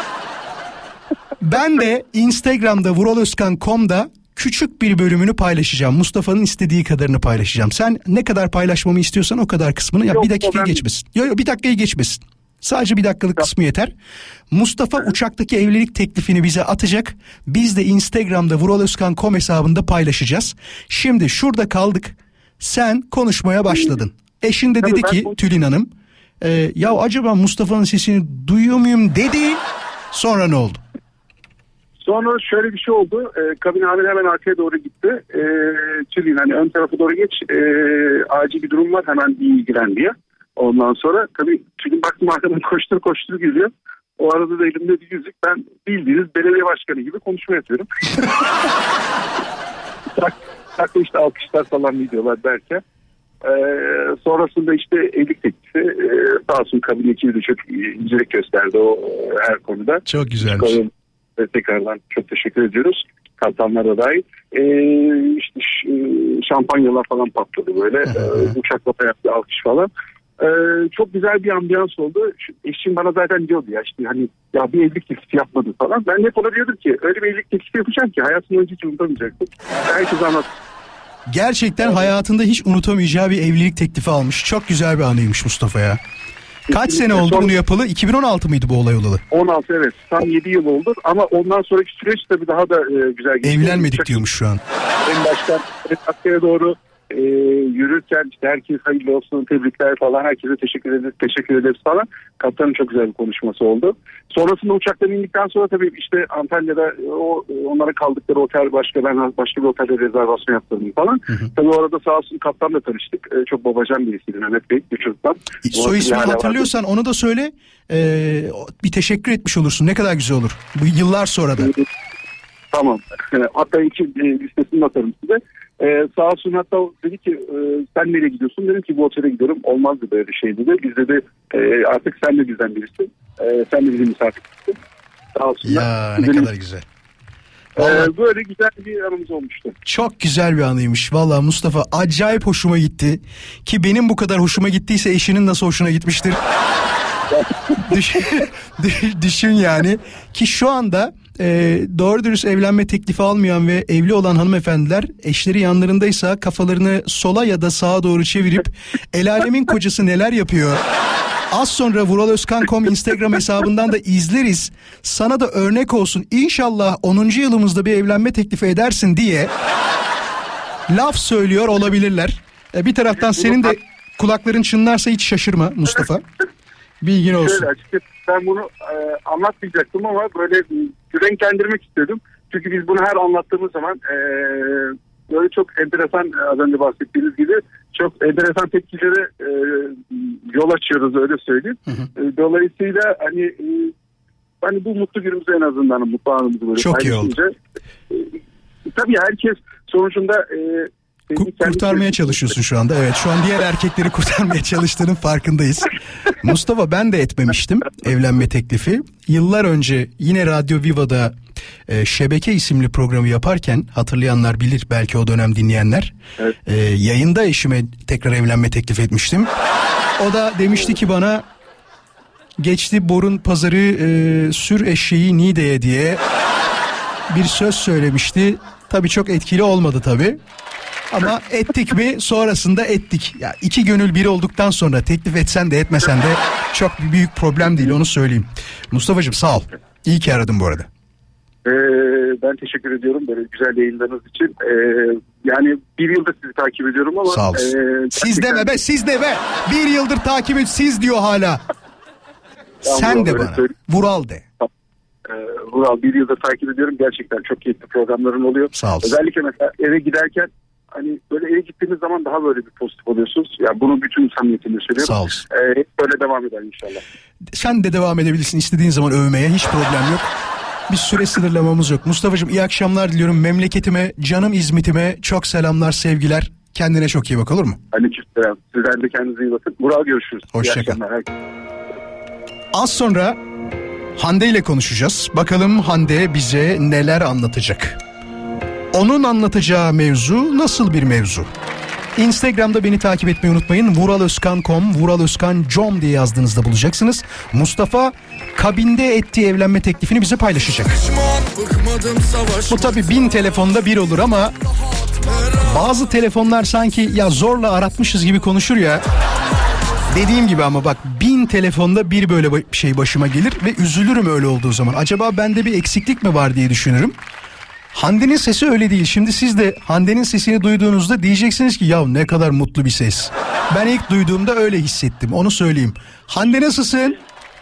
Ben de Instagram'da vural özkan nokta com'da küçük bir bölümünü paylaşacağım. Mustafa'nın istediği kadarını paylaşacağım. Sen ne kadar paylaşmamı istiyorsan o kadar kısmını. Ya yok, bir dakikayı ben... geçmesin. Yok yok bir dakikayı geçmesin. Sadece bir dakikalık kısmı yeter. Mustafa uçaktaki evlilik teklifini bize atacak. Biz de Instagram'da vural özkan nokta com hesabında paylaşacağız. Şimdi şurada kaldık. Sen konuşmaya başladın. Eşin de dedi ki Tülin Hanım, e, ya acaba Mustafa'nın sesini duyuyor muyum dedi. Sonra ne oldu? Sonra şöyle bir şey oldu. E, kabin amiri hemen arkaya doğru gitti. E, Tülin hani ön tarafa doğru geç. E, acil bir durum var, hemen bir ilgilen diye. Ondan sonra tabii Tülin baktım arkadan koştur koştur geliyor. O arada da elimde bir yüzük. Ben bildiğiniz belediye başkanı gibi konuşma yapıyorum. tak, takla işte alkışlar falan videolar derken. Ee, sonrasında işte evlilik teklifi e, sağ olsun kabin ekibi de çok incelik gösterdi o her konuda. Çok güzelmiş. Ve tekrardan çok teşekkür ediyoruz. Kaptanlar da dahil. Ee, işte şampanyalar falan patladı böyle. ee, uçakla yaptı alkış falan. Ee, çok güzel bir ambiyans oldu. Eşim bana zaten diyordu ya işte hani ya bir evlilik teklifi yapmadı falan. Ben hep ona diyordum ki öyle bir evlilik teklifi yapacağım ki hayatım boyunca hiç unutamayacaktım. Herkese anlattım. Gerçekten evet. Hayatında hiç unutamayacağı bir evlilik teklifi almış. Çok güzel bir anıymış Mustafa ya. Kaç sene oldu bunu yapalı? iki bin on altı mıydı bu olay olalı? on altı evet. Tam yedi yıl oldu ama ondan sonraki süreç tabii daha da e, güzel geçti. Evlenmedik Çok... diyormuş şu an. En baştan Askere doğru e, yürürken işte herkes hayırlı olsun, tebrikler falan, herkese teşekkür ederiz, teşekkür ederiz falan. Kaptanın çok güzel bir konuşması oldu. Sonrasında uçaktan indikten sonra tabii işte Antalya'da o onlara kaldıkları otel başka, ben başka bir otelde rezervasyon yaptırdım falan. Hı hı. Tabii orada sağ olsun kaptanla tanıştık. E, çok babacan birisiydi Mehmet Bey, Küçük'ten. Soy ismini hatırlıyorsan vardı. Onu da söyle. Ee, bir teşekkür etmiş olursun. Ne kadar güzel olur. Bu yıllar sonra da. Tamam. Hatta iki e, listesini atarım size. Ee, sağ olsun hatta dedi ki e, sen nereye gidiyorsun? Dedim ki bu otele gidiyorum. Olmaz dedi, böyle şey dedi. Biz dedi e, artık sen de bizden birisin. E, sen de bizim misafirsin. Sağ olsun. Ya ne kadar güzel. Ee, böyle güzel bir anımız olmuştu. Çok güzel bir anıymış. Valla Mustafa acayip hoşuma gitti. Ki benim bu kadar hoşuma gittiyse eşinin nasıl hoşuna gitmiştir. düşün, düşün yani. Ki şu anda e, doğru dürüst evlenme teklifi almayan ve evli olan hanımefendiler eşleri yanlarındaysa kafalarını sola ya da sağa doğru çevirip el alemin kocası neler yapıyor. Az sonra vural özkan nokta com Instagram hesabından da izleriz. Sana da örnek olsun. İnşallah onuncu yılımızda bir evlenme teklifi edersin diye laf söylüyor olabilirler. E, bir taraftan senin de kulakların çınlarsa hiç şaşırma Mustafa. Bilgin olsun. Şöyle açıkçası ben bunu e, anlatmayacaktım ama böyle renklendirmek istedim. Çünkü biz bunu her anlattığımız zaman e, böyle çok enteresan, az önce bahsettiğiniz gibi çok enteresan tepkilere e, yol açıyoruz, öyle söyleyeyim. Hı hı. E, dolayısıyla hani e, hani bu mutlu günümüzü en azından mutlu anımızı böyle çok iyi oldu. E, tabii herkes sonucunda e, kurtarmaya çalışıyorsun şu anda. Evet, şu an diğer erkekleri kurtarmaya çalıştığının farkındayız. Mustafa, ben de etmemiştim evlenme teklifi. Yıllar önce yine Radyo Viva'da e, Şebeke isimli programı yaparken, hatırlayanlar bilir belki, o dönem dinleyenler. Evet. E, yayında eşime tekrar evlenme teklif etmiştim. O da demişti ki bana, geçti borun pazarı e, sür eşeği Niğde'ye diye bir söz söylemişti. Tabii çok etkili olmadı tabii. Ama ettik mi? Sonrasında ettik. Ya iki gönül bir olduktan sonra teklif etsen de etmesen de çok bir büyük problem değil, onu söyleyeyim. Mustafa'cığım sağ ol. İyi ki aradın bu arada. Ee, ben teşekkür ediyorum böyle güzel yayınlarınız için. Ee, yani bir yıldır sizi takip ediyorum ama... Sağ olasın. E, siz deme be, siz de be. Bir yıldır takip et, siz diyor hala. Tamam, sen de bana. Söyleyeyim. Vural de. Ee, Vural, bir yıldır takip ediyorum. Gerçekten çok keyifli programların oluyor. Sağ olasın. Özellikle mesela eve giderken, hani böyle eve gittiğiniz zaman daha böyle bir pozitif oluyorsunuz. Ya yani bunu bütün samimiyetimle söylüyorum. Sağ olsun. Ee, böyle devam eder inşallah. Sen de devam edebilirsin istediğin zaman övmeye, hiç problem yok. Bir süre sınırlamamız yok. Mustafa'cığım iyi akşamlar diliyorum. Memleketime, canım İzmit'ime çok selamlar, sevgiler. Kendine çok iyi bak, olur mu? Aleykümselam. Sizler de kendinize iyi bakın. Vural, görüşürüz. Hoşçakal. Az sonra Hande ile konuşacağız. Bakalım Hande bize neler anlatacak. Onun anlatacağı mevzu nasıl bir mevzu? Instagram'da beni takip etmeyi unutmayın. vuraloskan nokta com, vuraloskan nokta com diye yazdığınızda bulacaksınız. Mustafa kabinde ettiği evlenme teklifini bize paylaşacak. Bu tabii bin telefonda bir olur ama bazı telefonlar sanki ya zorla aratmışız gibi konuşur ya. Dediğim gibi ama bak, bin telefonda bir böyle bir şey başıma gelir ve üzülürüm öyle olduğu zaman. Acaba bende bir eksiklik mi var diye düşünürüm. Hande'nin sesi öyle değil. Şimdi siz de Hande'nin sesini duyduğunuzda diyeceksiniz ki ya ne kadar mutlu bir ses. Ben ilk duyduğumda öyle hissettim, onu söyleyeyim. Hande, nasılsın?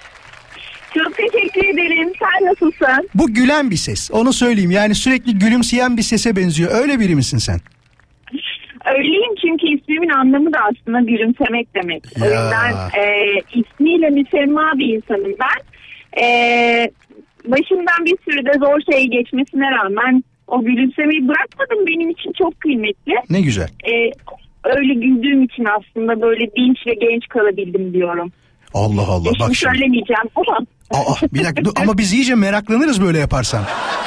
Çok teşekkür ederim. Sen nasılsın? Bu gülen bir ses, onu söyleyeyim. Yani sürekli gülümseyen bir sese benziyor. Öyle biri misin sen? Öyleyim, çünkü ismimin anlamı da aslında gülümsemek demek. Ya. O yüzden e, ismiyle müsemma bir insanım ben. E, başımdan bir sürü de zor şey geçmesine rağmen o gülümsemeyi bırakmadım, benim için çok kıymetli. Ne güzel. E, öyle güldüğüm için aslında böyle dinç ve genç kalabildim diyorum. Allah Allah. Eşimi bak şimdi. söylemeyeceğim ama. Aa, bir dakika dur, ama biz iyice meraklanırız böyle yaparsan.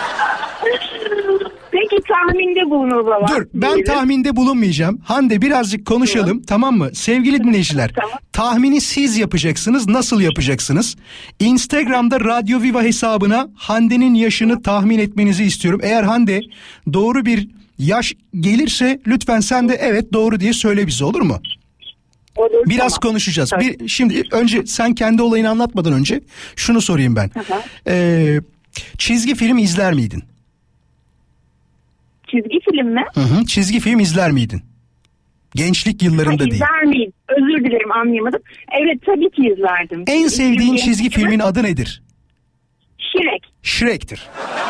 Peki tahminde bulun o zaman. Dur, ben diyelim. tahminde bulunmayacağım. Hande, birazcık konuşalım, tamam, tamam mı? Sevgili dinleyiciler, tamam. Tahmini siz yapacaksınız. Nasıl yapacaksınız? Instagram'da Radyo Viva hesabına Hande'nin yaşını tahmin etmenizi istiyorum. Eğer Hande doğru bir yaş gelirse lütfen sen de evet doğru diye söyle bize, olur mu? Olur, Biraz tamam. konuşacağız. Bir, şimdi önce sen kendi olayını anlatmadan önce şunu sorayım ben. Ee, çizgi film izler miydin? Çizgi film mi? Hı hı, çizgi film izler miydin? Gençlik yıllarında ha, değil. İzler miyim? Özür dilerim, anlayamadım. Evet, tabii ki izlerdim. En sevdiğin çizgi, çizgi filmin adı nedir? Shrek. Shrek'tir.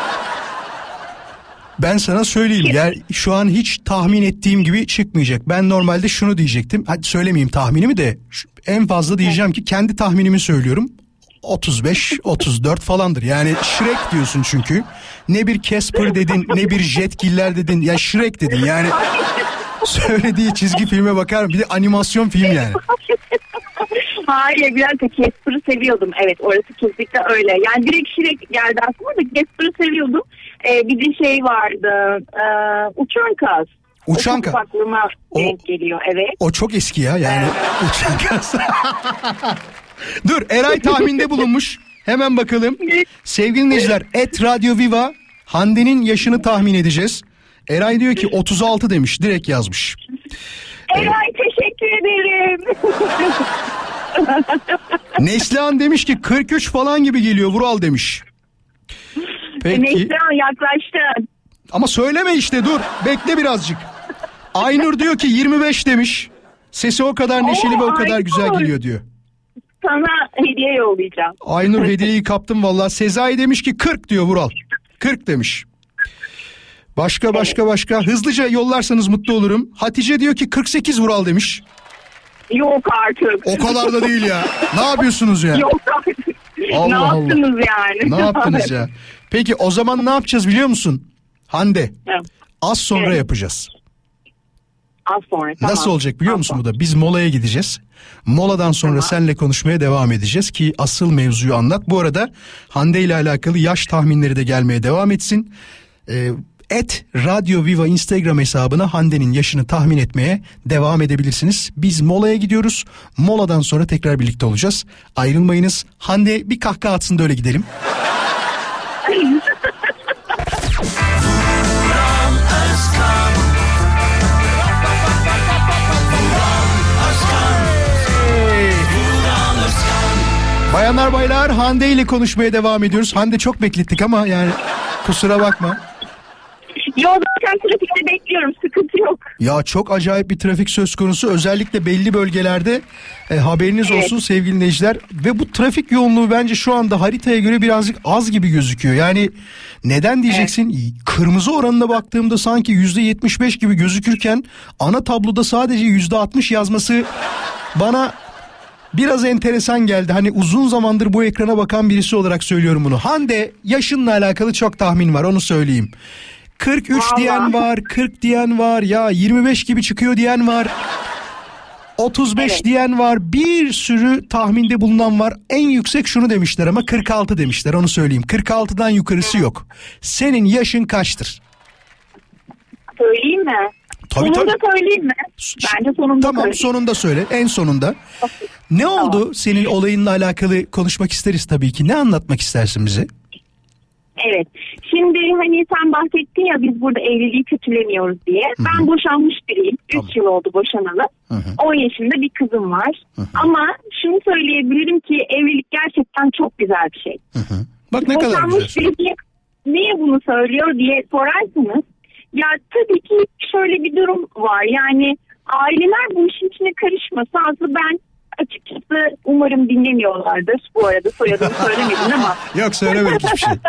Ben sana söyleyeyim ya, şu an hiç tahmin ettiğim gibi çıkmayacak. Ben normalde şunu diyecektim. Hadi söylemeyeyim tahminimi de, en fazla diyeceğim ki kendi tahminimi söylüyorum. otuz beş otuz dört falandır. Yani Shrek diyorsun çünkü. Ne bir Casper dedin, ne bir Jetgiller dedin. Ya Shrek dedin yani. Söylediği çizgi filme bakar, bir de animasyon film yani. Hayır, bir dakika, Casper'ı seviyordum. Evet, orası kesinlikle öyle. Yani direkt Shrek geldi aklıma da Casper'ı seviyordum. Ee, bir de şey vardı. E, Uçan Kaz. Uçan Kaz. Aklıma denk geliyor, evet. O çok eski ya yani. Evet. Uçan Kaz. Dur, Eray tahminde bulunmuş. Hemen bakalım. Sevgili dinleyiciler, et Radyo Viva, Hande'nin yaşını tahmin edeceğiz. Eray diyor ki otuz altı demiş, direkt yazmış. Eray ee, teşekkür ederim. Neslihan demiş ki kırk üç falan gibi geliyor Vural demiş. Peki. Neslihan yaklaştı. Ama söyleme işte, dur bekle birazcık. Aynur diyor ki yirmi beş demiş. Sesi o kadar neşeli Oo, ve o kadar Aynur. güzel geliyor diyor. sana hediye yollayacağım. Aynur hediyeyi kaptım vallahi. Sezai demiş ki kırk diyor Vural. kırk demiş. Başka başka başka. Hızlıca yollarsanız mutlu olurum. Hatice diyor ki kırk sekiz Vural demiş. Yok artık. O kadar da değil ya. Ne yapıyorsunuz ya? Yok artık. Allah ne Allah. yaptınız yani? Ne yaptınız ya? Peki o zaman ne yapacağız biliyor musun? Hande. Evet. Az sonra Evet. yapacağız. Az sonra tamam. Nasıl olacak biliyor musun bu da? Biz molaya gideceğiz. Moladan sonra tamam. Seninle konuşmaya devam edeceğiz ki asıl mevzuyu anlat. Bu arada Hande ile alakalı yaş tahminleri de gelmeye devam etsin. Ee, Et Radyo Viva Instagram hesabına Hande'nin yaşını tahmin etmeye devam edebilirsiniz. Biz molaya gidiyoruz. Moladan sonra tekrar birlikte olacağız. Ayrılmayınız. Hande bir kahkaha atsın da öyle gidelim. Bayanlar baylar, Hande ile konuşmaya devam ediyoruz. Hande çok beklettik ama yani kusura bakma. Yok zaten trafikte bekliyorum, sıkıntı yok. Ya çok acayip bir trafik söz konusu, özellikle belli bölgelerde e, haberiniz evet. olsun sevgili dinleyiciler. Ve bu trafik yoğunluğu bence şu anda haritaya göre birazcık az gibi gözüküyor. Yani neden diyeceksin? Evet. Kırmızı oranına baktığımda sanki yüzde yetmiş beş gibi gözükürken ana tabloda sadece yüzde altmış yazması bana biraz enteresan geldi. Hani uzun zamandır bu ekrana bakan birisi olarak söylüyorum bunu. Hande, yaşınla alakalı çok tahmin var, onu söyleyeyim. kırk üç Vallahi. diyen var, kırk diyen var, ya yirmi beş gibi çıkıyor diyen var. otuz beş evet. diyen var, bir sürü tahminde bulunan var. En yüksek şunu demişler ama kırk altı demişler, onu söyleyeyim. kırk altıdan yukarısı yok. Senin yaşın kaçtır? Söyleyeyim mi? Tabii, sonunda tabii. söyleyeyim mi? Bence sonunda Tamam söyleyeyim. sonunda söyle, en sonunda. Ne tamam. oldu? Senin olayınla alakalı konuşmak isteriz tabii ki. Ne anlatmak istersin bize? Evet. Şimdi hani sen bahsettin ya, biz burada evliliği kötülemiyoruz diye. Hı-hı. Ben boşanmış biriyim. üç tamam. yıl oldu boşanalı. Hı-hı. on yaşında bir kızım var. Hı-hı. Ama şunu söyleyebilirim ki evlilik gerçekten çok güzel bir şey. Hı-hı. Bak ne boşanmış kadar güzel. Biri niye bunu söylüyor diye sorarsanız, ya tabii ki şöyle bir durum var. Yani aileler bu işin içine karışmasa, aslında ben açıkçası umarım dinlemiyorlardır. Bu arada soyadını söylemedin ama. Yok, söylemedik hiçbir şey.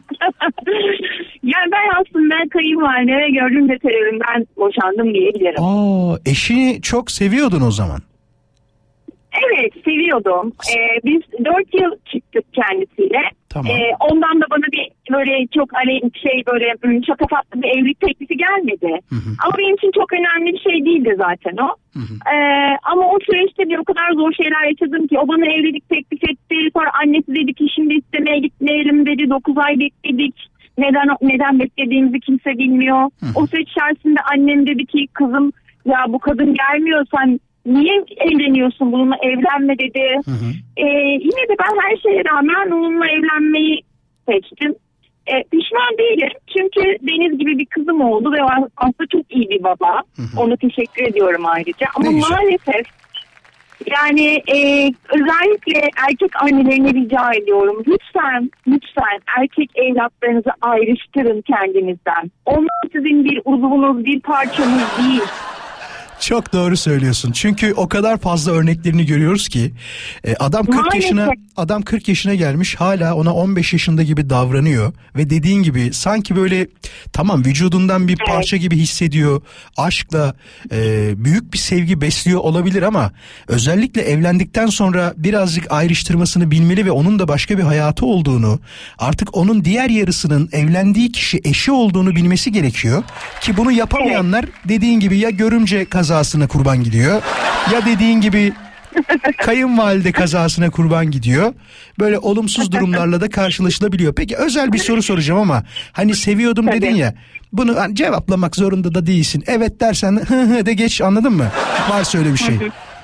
Yani ben aslında kayınvalide gördüğüm de teröründen boşandım diyebilirim. Aa, eşini çok seviyordun o zaman. Evet, seviyordum. Ee, biz dört yıl çıktık kendisiyle. Tamam. Ee, ondan da bana bir böyle çok hani şey böyle şatafatlı bir evlilik teklifi gelmedi. Hı hı. Ama benim için çok önemli bir şey değildi zaten o. Hı hı. Ee, ama o süreçte bir o kadar zor şeyler yaşadım ki, o bana evlilik teklif etti. Sonra annesi dedi ki şimdi istemeye gitmeyelim dedi. dokuz ay bekledik. Neden neden beklediğimizi kimse bilmiyor. Hı hı. O süreç içerisinde annem dedi ki kızım ya bu kadın gelmiyor, sen niye evleniyorsun, bununla evlenme dedi. Hı hı. Ee, yine de ben her şeye rağmen onunla evlenmeyi seçtim. Ee, pişman değilim çünkü Deniz gibi bir kızım oldu ve aslında çok iyi bir baba. Hı hı. Ona teşekkür ediyorum ayrıca. Ama maalesef yani e, özellikle erkek annelerine rica ediyorum. Lütfen, lütfen erkek evlatlarınızı ayrıştırın kendinizden. Onlar sizin bir uzvunuz, bir parçanız değil. Çok doğru söylüyorsun. Çünkü o kadar fazla örneklerini görüyoruz ki e, adam kırk Maalesef. yaşına adam kırk yaşına gelmiş, hala ona on beş yaşında gibi davranıyor ve dediğin gibi sanki böyle tamam vücudundan bir evet. parça gibi hissediyor. Aşkla e, büyük bir sevgi besliyor olabilir ama özellikle evlendikten sonra birazcık ayrıştırmasını bilmeli ve onun da başka bir hayatı olduğunu, artık onun diğer yarısının evlendiği kişi eşi olduğunu bilmesi gerekiyor ki bunu yapamayanlar evet. dediğin gibi ya görümce kazasına kurban gidiyor ya dediğin gibi kayınvalide kazasına kurban gidiyor. Böyle olumsuz durumlarla da karşılaşılabiliyor. Peki özel bir soru soracağım ama hani seviyordum Tabii. dedin ya, bunu hani cevaplamak zorunda da değilsin. Evet dersen de geç, anladın mı? Varsa öyle bir şey.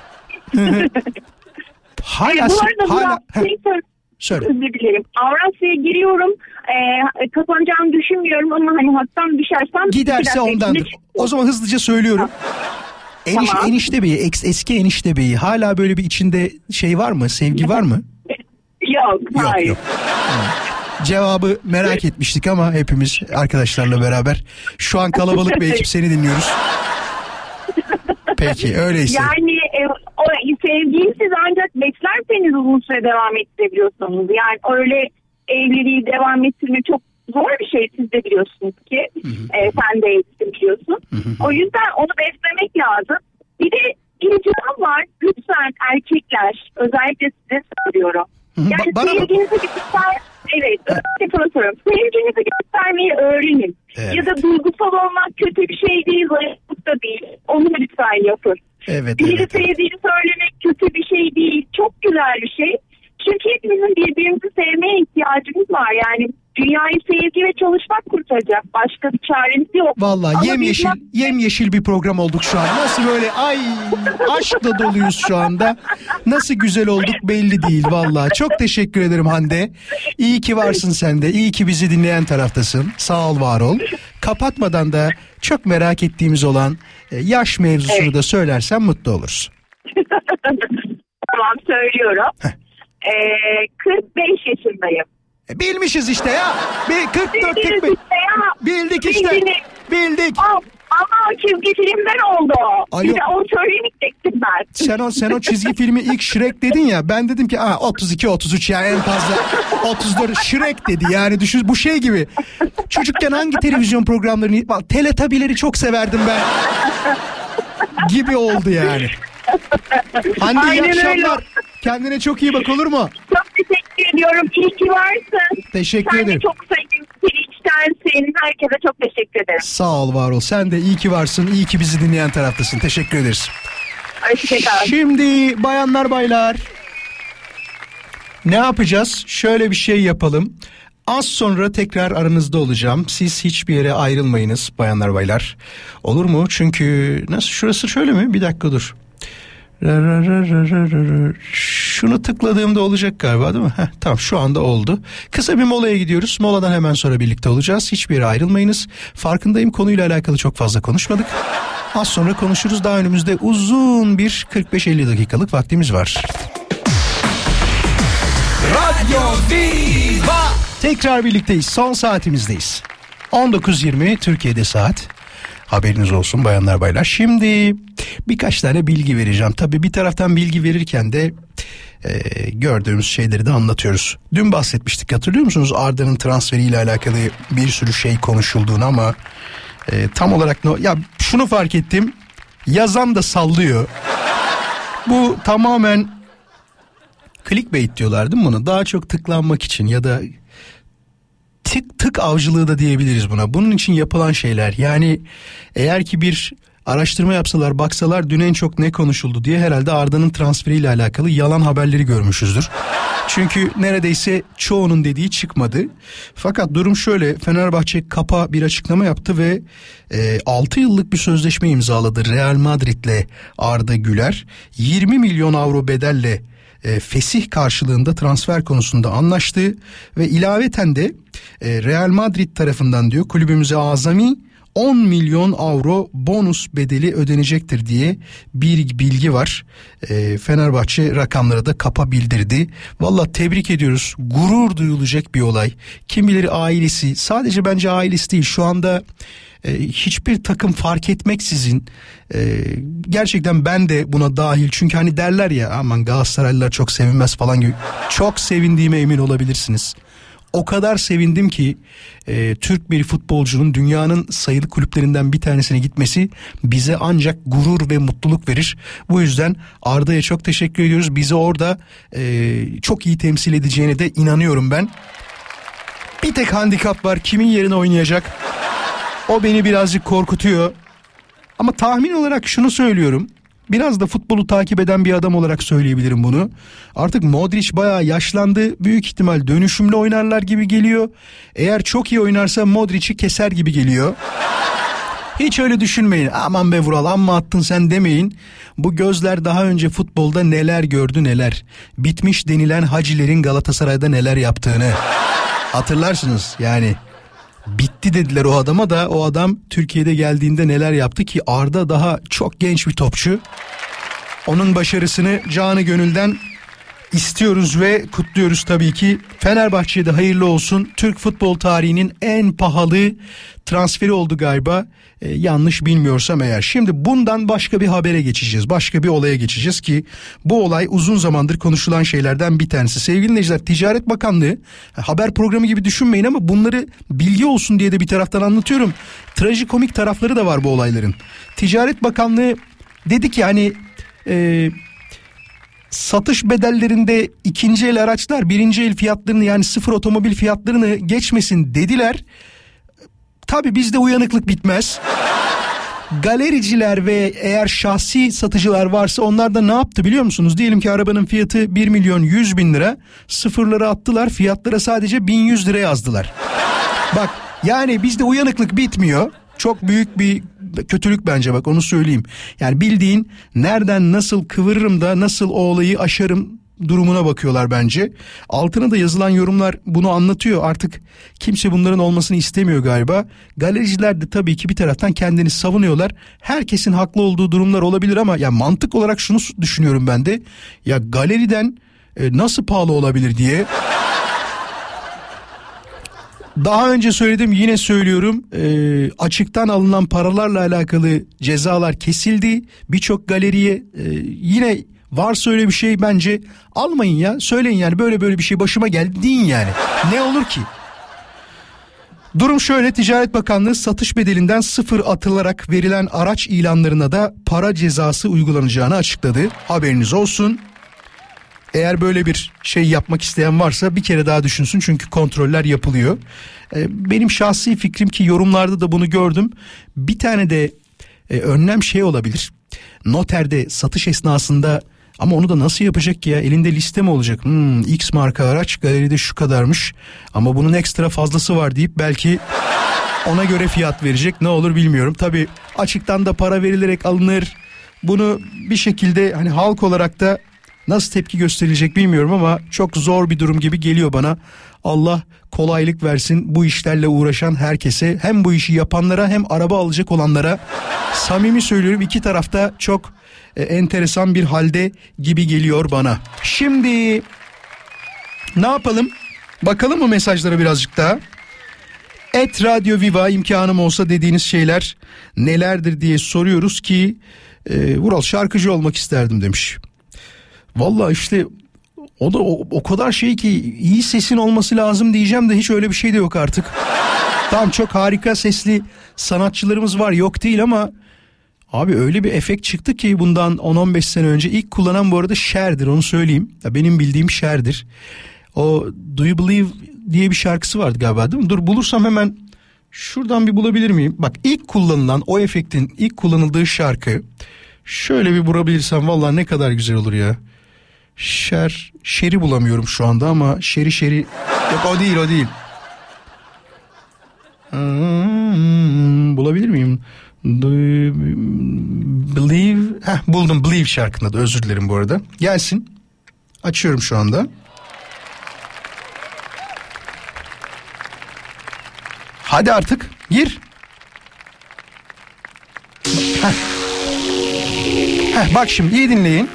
hala Bu arada hala şey söyle. Özür dilerim. Avrasya'ya giriyorum. Ee, kazanacağımı düşünmüyorum ama hani hattan düşersem giderse ondandır. O zaman hızlıca söylüyorum. Eniş, tamam. Enişte beyi, ex, eski enişte beyi hala böyle bir içinde şey var mı? Sevgi var mı? Yok, hayır. Yok, yok. Tamam. Cevabı merak etmiştik ama hepimiz arkadaşlarla beraber. Şu an kalabalık bir ekip seni dinliyoruz. Peki öyleyse. Yani e, o sevgiyi siz ancak beslerseniz uzun süre devam ettirebiliyorsunuz. Yani öyle evliliği devam ettirmek çok zor bir şey, siz de biliyorsunuz ki. E, sen de biliyorsun. O yüzden onu beslemek lazım. Bir de bir ricam var. Lütfen erkekler, özellikle size söylüyorum. Yani Ba- sevginizi göster... Evet, özellikle sana soruyorum. Sevginizi göstermeyi öğrenin. Evet. Ya da duygusal olmak kötü bir şey değil, zayıflık da değil. Onu lütfen yapın. Evet, Biri evet, sevdiğini söylemek kötü bir şey değil. Çok güzel bir şey. Çünkü hepimizin birbirimizi sevmeye ihtiyacımız var. Yani dünyayı sevgi ve çalışmak kurtaracak. Başka bir çaremiz yok. Vallahi yemyeşil, biz... yemyeşil bir program olduk şu an. Nasıl böyle ay aşkla doluyuz şu anda. Nasıl güzel olduk belli değil vallahi. Çok teşekkür ederim Hande. İyi ki varsın sen de. İyi ki bizi dinleyen taraftasın. Sağ ol, var ol. Kapatmadan da çok merak ettiğimiz olan yaş mevzusunu evet. da söylersen mutlu oluruz. Tamam, söylüyorum. Ee, kırk beş yaşındayım. E, bilmişiz işte ya. kırk dört kırk beş. Işte ya. Bildik işte. Bildiniz. Bildik. Aa, ama o çizgi filmden oldu. Ay, bir yok. de onu söyleyecektim ben. Sen o, sen o çizgi filmi ilk Shrek dedin ya. Ben dedim ki aa, otuz iki otuz üç ya en fazla otuz dört Shrek dedi. Yani düşün, bu şey gibi. Çocukken hangi televizyon programlarını, Teletabileri çok severdim ben. Gibi oldu yani. Hande, iyi akşamlar. Öyle. Kendine çok iyi bak, olur mu? Çok teşekkür ediyorum. İyi ki varsın. Teşekkür Sen ederim. Sen de çok sevdiğim içtensin. Herkese çok teşekkür ederim. Sağ ol, var ol. Sen de iyi ki varsın. İyi ki bizi dinleyen taraftasın. Teşekkür ederiz. Hoşçakalın. Şimdi bayanlar baylar, ne yapacağız? Şöyle bir şey yapalım. Az sonra tekrar aranızda olacağım. Siz hiçbir yere ayrılmayınız bayanlar baylar. Olur mu? Çünkü nasıl, şurası şöyle mi? Bir dakika dur. Şunu tıkladığımda olacak galiba, değil mi? Heh, tamam, şu anda oldu. Kısa bir molaya gidiyoruz. Moladan hemen sonra birlikte olacağız. Hiçbir yere ayrılmayınız. Farkındayım, konuyla alakalı çok fazla konuşmadık. Az sonra konuşuruz. Daha önümüzde uzun bir kırk beş elli dakikalık vaktimiz var. Radyo Viva. Tekrar birlikteyiz. Son saatimizdeyiz. on dokuz yirmi Türkiye'de saat. Haberiniz olsun bayanlar baylar. Şimdi birkaç tane bilgi vereceğim. Tabii bir taraftan bilgi verirken de e, gördüğümüz şeyleri de anlatıyoruz. Dün bahsetmiştik, hatırlıyor musunuz? Arda'nın transferiyle alakalı bir sürü şey konuşulduğunu ama e, tam olarak no, ya şunu fark ettim. Yazan da sallıyor. Bu tamamen clickbait diyorlar değil mi buna? Daha çok tıklanmak için ya da tık tık avcılığı da diyebiliriz buna. Bunun için yapılan şeyler. Yani eğer ki bir araştırma yapsalar, baksalar dün en çok ne konuşuldu diye, herhalde Arda'nın transferiyle alakalı yalan haberleri görmüşüzdür. Çünkü neredeyse çoğunun dediği çıkmadı. Fakat durum şöyle: Fenerbahçe Kapa bir açıklama yaptı ve e, altı yıllık bir sözleşme imzaladı Real Madrid'le Arda Güler. yirmi milyon avro bedelle e, fesih karşılığında transfer konusunda anlaştı ve ilaveten de e, Real Madrid tarafından diyor kulübümüze azami on milyon avro bonus bedeli ödenecektir diye bir bilgi var. E, Fenerbahçe rakamları da Kapa bildirdi. Valla tebrik ediyoruz. Gurur duyulacak bir olay. Kim bilir ailesi, sadece bence ailesi değil, şu anda e, hiçbir takım fark etmeksizin e, gerçekten ben de buna dahil. Çünkü hani derler ya, aman Galatasaraylılar çok sevinmez falan gibi. Çok sevindiğime emin olabilirsiniz. O kadar sevindim ki e, Türk bir futbolcunun dünyanın sayılı kulüplerinden bir tanesine gitmesi bize ancak gurur ve mutluluk verir. Bu yüzden Arda'ya çok teşekkür ediyoruz. Bizi orada e, çok iyi temsil edeceğine de inanıyorum ben. Bir tek handikap var: kimin yerine oynayacak? O beni birazcık korkutuyor. Ama tahmin olarak şunu söylüyorum. Biraz da futbolu takip eden bir adam olarak söyleyebilirim bunu. Artık Modric bayağı yaşlandı. Büyük ihtimal dönüşümlü oynarlar gibi geliyor. Eğer çok iyi oynarsa Modric'i keser gibi geliyor. Hiç öyle düşünmeyin. Aman be Vural, amma attın sen demeyin. Bu gözler daha önce futbolda neler gördü neler. Bitmiş denilen Hacilerin Galatasaray'da neler yaptığını hatırlarsınız yani. Bitti dediler o adama da, o adam Türkiye'de geldiğinde neler yaptı ki. Arda daha çok genç bir topçu. Onun başarısını canı gönülden istiyoruz ve kutluyoruz tabii ki. Fenerbahçe'de hayırlı olsun. Türk futbol tarihinin en pahalı transferi oldu galiba. Ee, yanlış bilmiyorsam eğer. Şimdi bundan başka bir habere geçeceğiz. Başka bir olaya geçeceğiz ki bu olay uzun zamandır konuşulan şeylerden bir tanesi. Sevgili dinleyiciler, Ticaret Bakanlığı, haber programı gibi düşünmeyin ama bunları bilgi olsun diye de bir taraftan anlatıyorum. Trajikomik tarafları da var bu olayların. Ticaret Bakanlığı dedi ki hani e, satış bedellerinde ikinci el araçlar birinci el fiyatlarını, yani sıfır otomobil fiyatlarını geçmesin dediler. Tabii bizde uyanıklık bitmez. Galericiler ve eğer şahsi satıcılar varsa onlar da ne yaptı biliyor musunuz? Diyelim ki arabanın fiyatı bir milyon yüz bin lira. Sıfırları attılar, fiyatlara sadece bin yüz lira yazdılar. Bak yani bizde uyanıklık bitmiyor. Çok büyük bir kötülük bence, bak onu söyleyeyim. Yani bildiğin nereden nasıl kıvırırım da nasıl o olayı aşarım durumuna bakıyorlar bence. Altına da yazılan yorumlar bunu anlatıyor. Artık kimse bunların olmasını istemiyor galiba. Galericiler de tabii ki bir taraftan kendini savunuyorlar. Herkesin haklı olduğu durumlar olabilir ama ya mantık olarak şunu düşünüyorum ben de. Ya galeriden e, nasıl pahalı olabilir diye. Daha önce söyledim, yine söylüyorum, e, açıktan alınan paralarla alakalı cezalar kesildi. Birçok galeriye e, yine varsa öyle bir şey bence almayın ya, söyleyin yani böyle böyle bir şey başıma geldi deyin yani. Ne olur ki? Durum şöyle, Ticaret Bakanlığı satış bedelinden sıfır atılarak verilen araç ilanlarına da para cezası uygulanacağını açıkladı. Haberiniz olsun. Eğer böyle bir şey yapmak isteyen varsa bir kere daha düşünsün, çünkü kontroller yapılıyor. Ee, benim şahsi fikrim ki yorumlarda da bunu gördüm. Bir tane de e, önlem şey olabilir. Noterde satış esnasında, ama onu da nasıl yapacak ki ya? Elinde liste mi olacak? Hmm, X marka araç galeride şu kadarmış ama bunun ekstra fazlası var deyip belki ona göre fiyat verecek. Ne olur bilmiyorum. Tabii açıktan da para verilerek alınır. Bunu bir şekilde hani halk olarak da nasıl tepki gösterilecek bilmiyorum ama çok zor bir durum gibi geliyor bana. Allah kolaylık versin bu işlerle uğraşan herkese, hem bu işi yapanlara hem araba alacak olanlara. Samimi söylüyorum, iki tarafta çok e, enteresan bir halde gibi geliyor bana. Şimdi ne yapalım? Bakalım mı mesajlara birazcık daha? Et Radyo Viva, imkanım olsa dediğiniz şeyler nelerdir diye soruyoruz ki e, Vural şarkıcı olmak isterdim demiş. Vallahi işte o da o, o kadar şey ki iyi sesin olması lazım diyeceğim de hiç öyle bir şey de yok artık. Tamam, çok harika sesli sanatçılarımız var, yok değil, ama abi öyle bir efekt çıktı ki bundan on on beş sene önce. İlk kullanan bu arada Cher'dir, onu söyleyeyim. Ya benim bildiğim Cher'dir. O Do You Believe diye bir şarkısı vardı galiba, değil mi? Dur bulursam hemen şuradan bir bulabilir miyim? Bak ilk kullanılan o efektin ilk kullanıldığı şarkı. Şöyle bir bulabilirsem vallahi ne kadar güzel olur ya. Şer, Şer'i bulamıyorum şu anda ama Şer'i Şer'i yok, o değil o değil. Hmm, bulabilir miyim? Do you believe? Heh, buldum, Believe şarkının adı, özür dilerim bu arada. Gelsin. Açıyorum şu anda. Hadi artık gir. Heh. Heh, bak şimdi iyi dinleyin.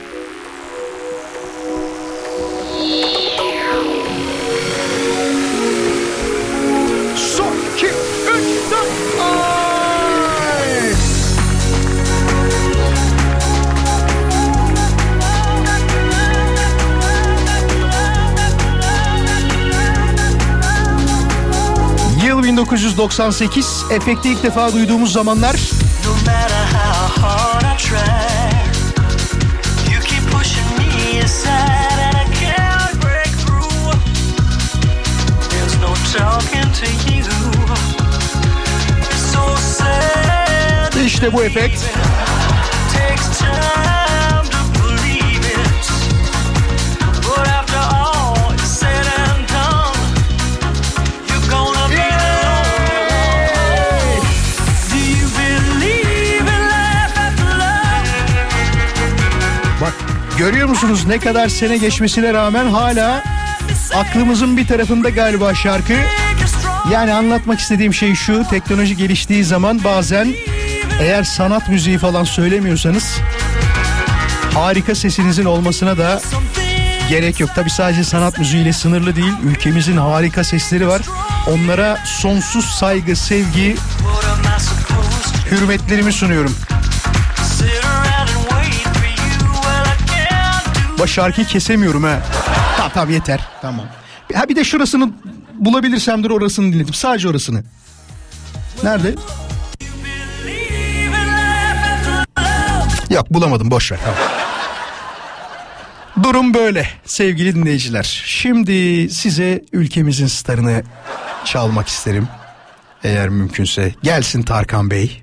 bin dokuz yüz doksan sekiz, efekti ilk defa duyduğumuz zamanlar. İşte bu efekt. Görüyor musunuz ne kadar sene geçmesine rağmen hala aklımızın bir tarafında galiba şarkı. Yani anlatmak istediğim şey şu: teknoloji geliştiği zaman bazen eğer sanat müziği falan söylemiyorsanız harika sesinizin olmasına da Gerek yok. Tabii sadece sanat müziğiyle sınırlı değil. Ülkemizin harika sesleri var. Onlara sonsuz saygı, sevgi, hürmetlerimi sunuyorum. Baş şarkıyı kesemiyorum ha. Tamam tamam yeter. Tamam. Ha bir de şurasını bulabilirsemdir, orasını dinledim. Sadece orasını. Nerede? Yok bulamadım, boş ver. Tamam. Durum böyle sevgili dinleyiciler. Şimdi size ülkemizin starını çalmak isterim. Eğer mümkünse gelsin Tarkan Bey.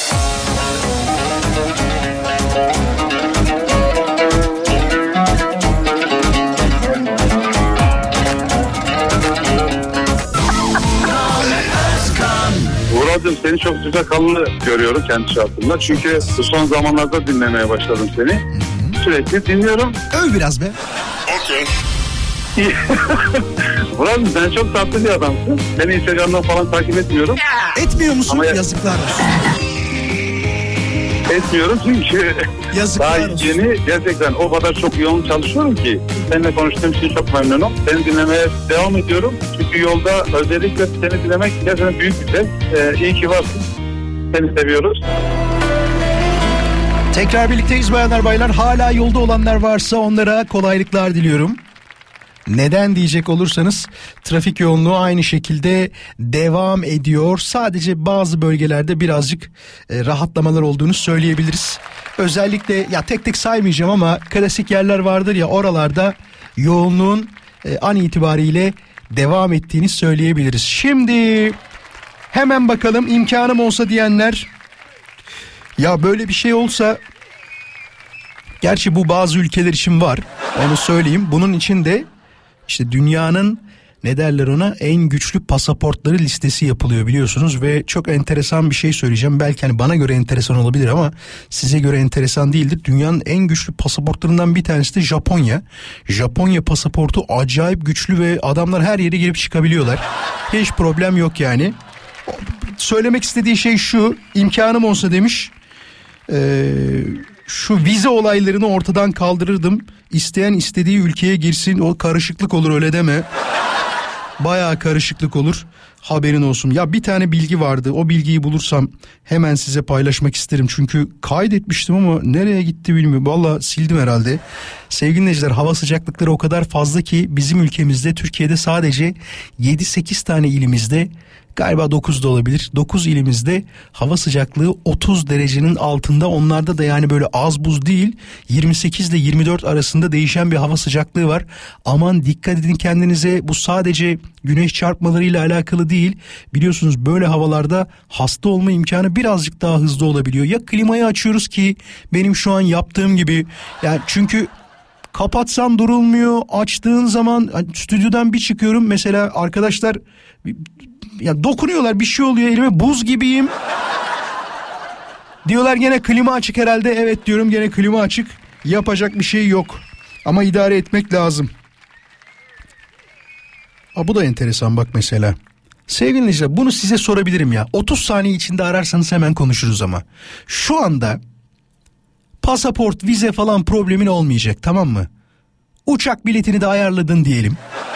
Uğur'cığım seni çok sıcakkanlı görüyorum kendi şartımda. Çünkü son zamanlarda dinlemeye başladım seni. Sürekli dinliyorum. Öv biraz be. Okey. Uğur'cığım sen çok tatlı bir adamsın. Seni Instagram'dan falan takip etmiyorum. Etmiyor musun? Ama yazıklar olsun. Etmiyorum çünkü yazıklar daha yeni gerçekten o kadar çok yoğun çalışıyorum ki seninle konuştuğum için çok memnunum. Seni dinlemeye devam ediyorum. Çünkü yolda özellikle seni dinlemek gerçekten büyük bir zevk. Ee, iyi ki varsın. Seni seviyoruz. Tekrar birlikteyiz bayanlar baylar. Hala yolda olanlar varsa onlara kolaylıklar diliyorum. Neden diyecek olursanız trafik yoğunluğu aynı şekilde devam ediyor. Sadece bazı bölgelerde birazcık e, rahatlamalar olduğunu söyleyebiliriz. Özellikle ya tek tek saymayacağım ama klasik yerler vardır ya, oralarda yoğunluğun e, an itibariyle devam ettiğini söyleyebiliriz. Şimdi hemen bakalım, imkanım olsa diyenler, ya böyle bir şey olsa, gerçi bu bazı ülkeler için var, onu söyleyeyim. Bunun için de İşte dünyanın ne derler ona, en güçlü pasaportları listesi yapılıyor biliyorsunuz ve çok enteresan bir şey söyleyeceğim. Belki hani bana göre enteresan olabilir ama size göre enteresan değildir. Dünyanın en güçlü pasaportlarından bir tanesi de Japonya. Japonya pasaportu acayip güçlü ve adamlar her yere girip çıkabiliyorlar. Hiç problem yok yani. Söylemek istediği şey şu: imkanım olsa demiş, Ee, şu vize olaylarını ortadan kaldırırdım. İsteyen istediği ülkeye girsin. O karışıklık olur, öyle deme. Bayağı karışıklık olur. Haberin olsun. Ya bir tane bilgi vardı. O bilgiyi bulursam hemen size paylaşmak isterim. Çünkü kaydetmiştim ama nereye gitti bilmiyorum. Vallahi sildim herhalde. Sevgili dinleyiciler, hava sıcaklıkları o kadar fazla ki bizim ülkemizde, Türkiye'de sadece yedi sekiz tane ilimizde, galiba dokuz da olabilir, dokuz ilimizde hava sıcaklığı otuz derecenin altında. Onlarda da yani böyle az buz değil, yirmi sekiz ile yirmi dört arasında değişen bir hava sıcaklığı var. Aman dikkat edin kendinize, bu sadece güneş çarpmalarıyla alakalı değil. Biliyorsunuz böyle havalarda hasta olma imkanı birazcık daha hızlı olabiliyor. Ya klimayı açıyoruz ki benim şu an yaptığım gibi, yani çünkü kapatsan durulmuyor, açtığın zaman stüdyodan bir çıkıyorum mesela, arkadaşlar ya dokunuyorlar, bir şey oluyor elime, buz gibiyim. Diyorlar gene klima açık herhalde. Evet diyorum, gene klima açık. Yapacak bir şey yok. Ama idare etmek lazım. Aa, bu da enteresan bak mesela. Sevgili dinleyiciler, bunu size sorabilirim ya. otuz saniye içinde ararsanız hemen konuşuruz ama. Şu anda pasaport, vize falan problemin olmayacak, tamam mı? Uçak biletini de ayarladın diyelim.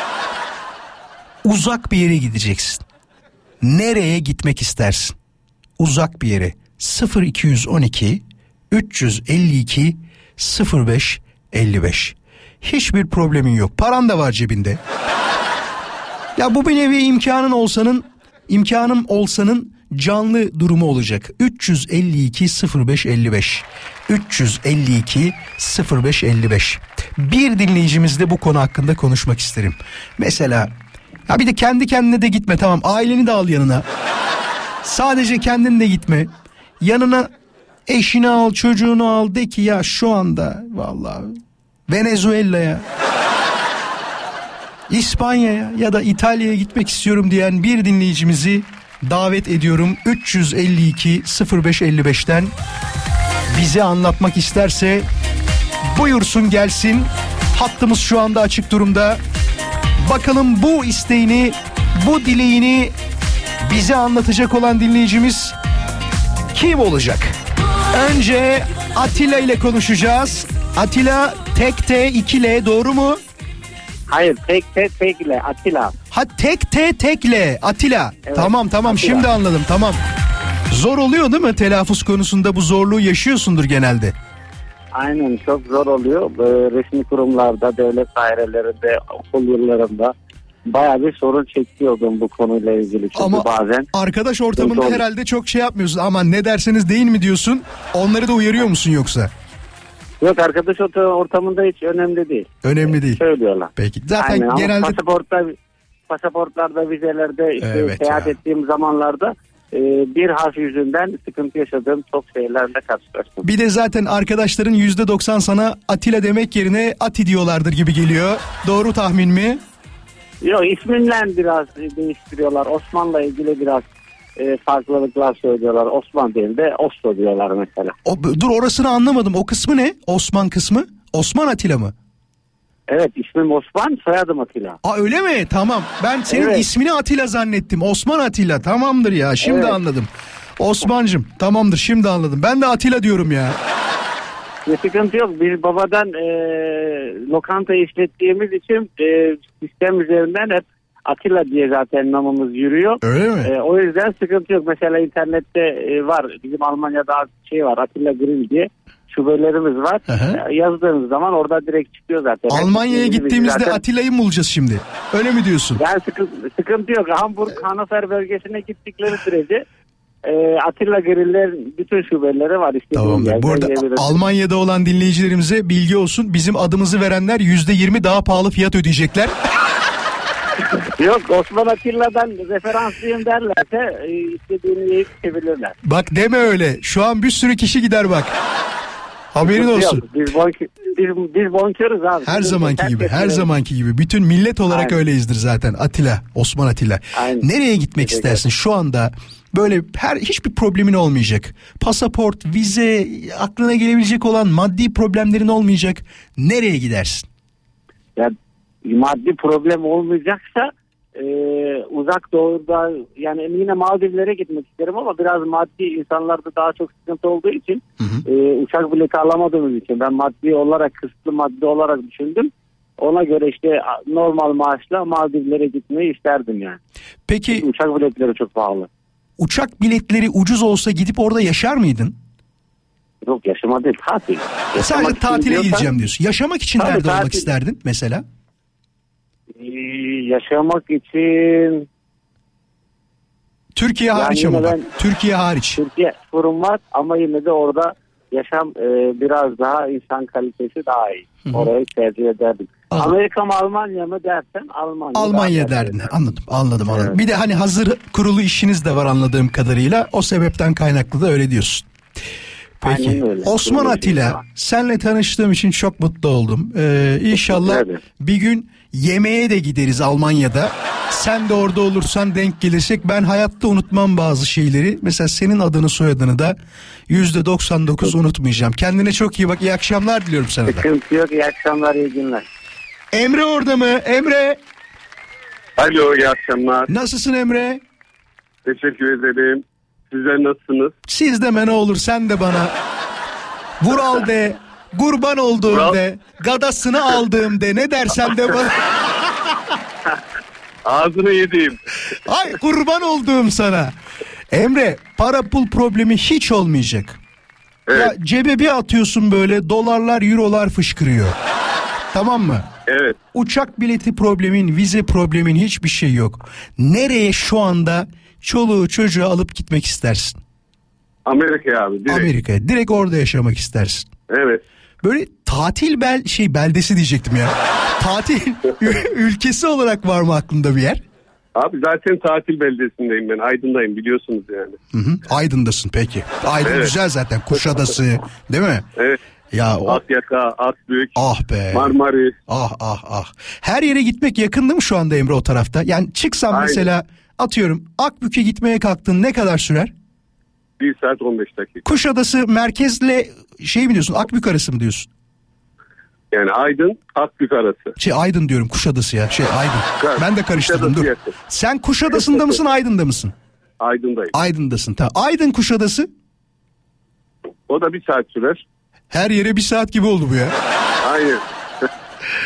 Uzak bir yere gideceksin. Nereye gitmek istersin? Uzak bir yere. sıfır iki on iki üç yüz elli iki sıfır beş elli beş. Hiçbir problemin yok. Paran da var cebinde. Ya bu bir nevi imkanın olsanın, imkanım olsanın canlı durumu olacak. üç yüz elli iki sıfır beş elli beş. üç yüz elli iki sıfır beş elli beş. Bir dinleyicimizle bu konu hakkında konuşmak isterim. Mesela ya bir de kendi kendine de gitme, tamam, aileni de al yanına. Sadece kendin de gitme. Yanına eşini al, çocuğunu al, de ki ya şu anda vallahi Venezuela'ya, İspanya'ya ya da İtalya'ya gitmek istiyorum diyen bir dinleyicimizi davet ediyorum. üç yüz elli iki sıfır beş elli beşten bize anlatmak isterse buyursun gelsin. Hattımız şu anda açık durumda. Bakalım bu isteğini, bu dileğini bize anlatacak olan dinleyicimiz kim olacak? Önce Atilla ile konuşacağız. Atilla tek T iki L, doğru mu? Hayır tek tek tekle Atilla. Ha tek te tekle Atilla. Evet, tamam tamam Atilla. Şimdi anladım tamam. Zor oluyor değil mi telaffuz konusunda, bu zorluğu yaşıyorsundur genelde. Aynen çok zor oluyor. Ee, resmi kurumlarda, devlet dairelerinde, okul yıllarında bayağı bir sorun çekiyordum bu konuyla ilgili. Çünkü Ama bazen arkadaş ortamında Çok herhalde çok şey yapmıyorsun. Aman ne derseniz deyin mi diyorsun? Onları da uyarıyor musun yoksa? Yok, arkadaş ortamında hiç önemli değil. Önemli değil. Söylüyorlar. Peki zaten Aynen, genelde pasaportta, pasaportlarda, vizelerde işte Evet seyahat ya. ettiğim zamanlarda e, bir harf yüzünden sıkıntı yaşadığım çok şeylerle karşılaştım. bir de zaten arkadaşların yüzde doksan sana Atilla demek yerine Ati diyorlardır gibi geliyor. Doğru tahmin mi? Yok, isminden biraz değiştiriyorlar. Osman'la ilgili biraz e, farklılıklar söylüyorlar. Osman değil de Oslo diyorlar mesela. O, dur orasını anlamadım. O kısmı ne? Osman kısmı? Osman Atilla mı? Evet, ismim Osman, soyadım Atilla. Aa öyle mi? Tamam. Ben senin Evet. ismini Atilla zannettim. Osman Atilla. Tamamdır ya. Şimdi Evet. anladım. Osman'cım tamamdır, şimdi anladım. Ben de Atilla diyorum ya. Bir sıkıntı yok. Biz babadan e, lokanta işlettiğimiz için e, sistem üzerinden hep Atilla diye zaten namımız yürüyor. Öyle mi? E, o yüzden sıkıntı yok. Mesela internette e, var. Bizim Almanya'da şey var. Atilla Grill diye şubelerimiz var. E, yazdığınız zaman orada direkt çıkıyor zaten. Almanya'ya Biz gittiğimizde zaten- Atilla'yı mı bulacağız şimdi? Öyle mi diyorsun? Yani sıkıntı, sıkıntı yok. Hamburg, Hannover bölgesine gittikleri sürece e, Atilla Grill'lerin bütün şubeleri var. İşte Tamamdır. Bu arada Almanya'da olan dinleyicilerimize bilgi olsun. Bizim adımızı verenler yüzde yirmi daha pahalı fiyat ödeyecekler. Yok, Osman Atilla'dan referanslıyım derlerse e, istediğini yiyip çevirirler. Bak deme öyle. Şu an bir sürü kişi gider bak. Haberin Yok, olsun. Biz, bonkör, biz, biz bonkörüz abi. Her Biz zamanki terk gibi, her etmiyoruz. zamanki gibi. Bütün millet olarak Aynen. öyleyizdir zaten. Atilla, Osman Atilla. Aynen. Nereye gitmek Teşekkür istersin şu anda? Böyle her hiçbir problemin olmayacak. Pasaport, vize, aklına gelebilecek olan maddi problemlerin olmayacak. Nereye gidersin? Ya, maddi problem olmayacaksa e, uzak doğuda, yani yine Maldivlere gitmek isterim ama biraz maddi, insanlarda daha çok sıkıntı olduğu için e, uçak bileti alamadığımız için ben maddi olarak, kısıtlı maddi olarak düşündüm. Ona göre işte normal maaşla Maldivlere gitmeyi isterdim yani. Peki Çünkü uçak biletleri çok pahalı. uçak biletleri ucuz olsa gidip orada yaşar mıydın? Yok, yaşama değil, tatil. Yaşamak Sadece için tatile diyorsan- gideceğim diyorsun. Yaşamak için Tabii, nerede olmak tatil. isterdin mesela? Ee, yaşamak için Türkiye Yani hariç yine ama bak. ben- Türkiye hariç. Türkiye kurum var ama yine de orada yaşam e, biraz daha, insan kalitesi daha iyi. Hı hı. Orayı tercih ederdim. Anladım. Amerika mı Almanya mı dersen Almanya. Almanya daha derdin. tercih Anladım, anladım, anladım. Evet. Bir de hani hazır kurulu işiniz de var anladığım kadarıyla. O sebepten kaynaklı da öyle diyorsun. Peki. Aynen öyle. Osman Kurulu Atilla, işiniz var. senle tanıştığım için çok mutlu oldum. Ee, inşallah Teşekkür ederim. bir gün yemeğe de gideriz Almanya'da. Sen de orada olursan, denk gelirsek, ben hayatta unutmam bazı şeyleri. Mesela senin adını, soyadını da yüzde doksan dokuz unutmayacağım. Kendine çok iyi bak. İyi akşamlar diliyorum sana da. Sıkıntı yok. İyi akşamlar, iyi günler. Emre orada mı? Emre. Alo, iyi akşamlar. Nasılsın Emre? Teşekkür ederim. Sizler nasılsınız? Siz deme ne olur, sen de bana. Vural de, kurban olduğum Vural. de, gadasını aldığım de, ne dersen de bana. Ağzını yediğim. Ay kurban olduğum sana. Emre, para pul problemi hiç olmayacak. Evet. Ya cebe bir atıyorsun böyle, dolarlar, eurolar fışkırıyor. Tamam mı? Evet. Uçak bileti problemin, vize problemin hiçbir şey yok. Nereye şu anda çoluğu çocuğu alıp gitmek istersin? Amerika abi. Direkt. Amerika'ya. Direkt orada yaşamak istersin. Evet. Böyle tatil bel şey beldesi diyecektim ya. Tatil ülkesi olarak var mı aklında bir yer? Abi zaten tatil beldesindeyim ben. Aydın'dayım biliyorsunuz yani. Hı hı. Aydın'dasın peki. Aydın Evet. güzel zaten. Kuşadası değil mi? Evet. Ya o... Akyaka, Akbük, Ah be. Marmaris. Ah ah ah. Her yere gitmek yakın değil mi şu anda Emre o tarafta? Yani çıksam Aynen. mesela, atıyorum Akbük'e gitmeye kalktın, ne kadar sürer? bir saat on beş dakika. Kuşadası merkezle şey mi diyorsun, Akbük arası mı diyorsun? Yani Aydın, Akbük arası. Şey Aydın diyorum, Kuşadası ya. Şey Aydın. Evet, Ben de karıştırdım, Kuşadası dur. yakın. Sen Kuşadası'nda mısın, Aydın'da mısın? Aydın'dayım. Aydın'dasın. Tamam. Aydın Kuşadası. O da bir saat sürer. Her yere bir saat gibi oldu bu ya. Aynen.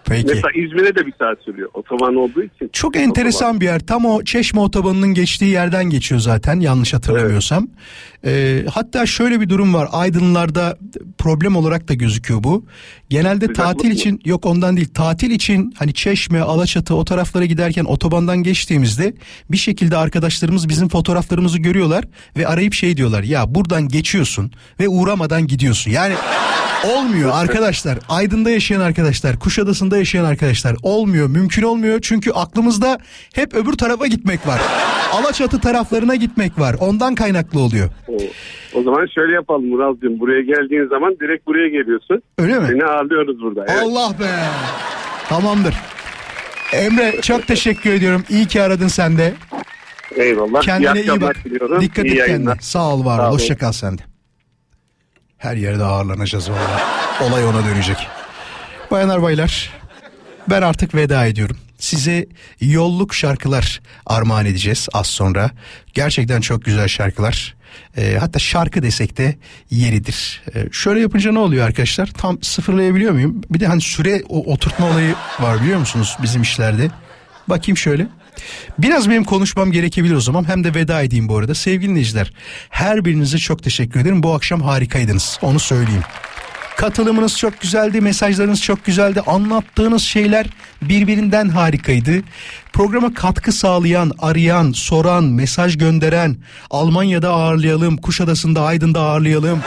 Peki. Mesela İzmir'e de bir saat sürüyor otoban olduğu için. Çok enteresan otoban. Bir yer. Tam o Çeşme otobanının geçtiği yerden geçiyor zaten, yanlış hatırlamıyorsam. Evet. Ee, hatta şöyle bir durum var. Aydınlarda problem olarak da gözüküyor bu. Genelde Sıcak tatil için mu? Yok ondan değil. Tatil için hani Çeşme, Alaçatı o taraflara giderken otobandan geçtiğimizde bir şekilde arkadaşlarımız bizim fotoğraflarımızı görüyorlar ve arayıp şey diyorlar. Ya buradan geçiyorsun ve uğramadan gidiyorsun. Yani olmuyor arkadaşlar. Aydın'da yaşayan arkadaşlar, Kuşadası'nda yaşayan arkadaşlar, olmuyor, mümkün olmuyor. Çünkü aklımızda hep öbür tarafa gitmek var. Alaçatı taraflarına gitmek var. Ondan kaynaklı oluyor. O, o zaman şöyle yapalım Muralcığım. Buraya geldiğin zaman direkt buraya geliyorsun. Öyle mi? Seni ağırlıyoruz burada. Evet. Allah be. Tamamdır. Emre çok teşekkür ediyorum. İyi ki aradın sen de. Eyvallah. Kendine iyi, iyi bak. Diliyorum. Dikkat iyi et kendine. Sağ ol, var ol. Hoşça kal sen de. Her yerde ağırlanacağız vallahi. Olay ona dönecek. Bayanlar baylar, ben artık veda ediyorum. Size yolluk şarkılar armağan edeceğiz az sonra. Gerçekten çok güzel şarkılar. E, hatta şarkı desek de yeridir. E, şöyle yapınca ne oluyor arkadaşlar? Tam sıfırlayabiliyor muyum? Bir de hani süre o, oturtma olayı var biliyor musunuz bizim işlerde? Bakayım şöyle. Biraz benim konuşmam gerekebilir o zaman. Hem de veda edeyim bu arada. Sevgili dinleyiciler, her birinize çok teşekkür ederim. Bu akşam harikaydınız. Onu söyleyeyim. Katılımınız çok güzeldi. Mesajlarınız çok güzeldi. Anlattığınız şeyler birbirinden harikaydı. Programa katkı sağlayan, arayan, soran, mesaj gönderen, Almanya'da ağırlayalım, Kuşadası'nda, Aydın'da ağırlayalım.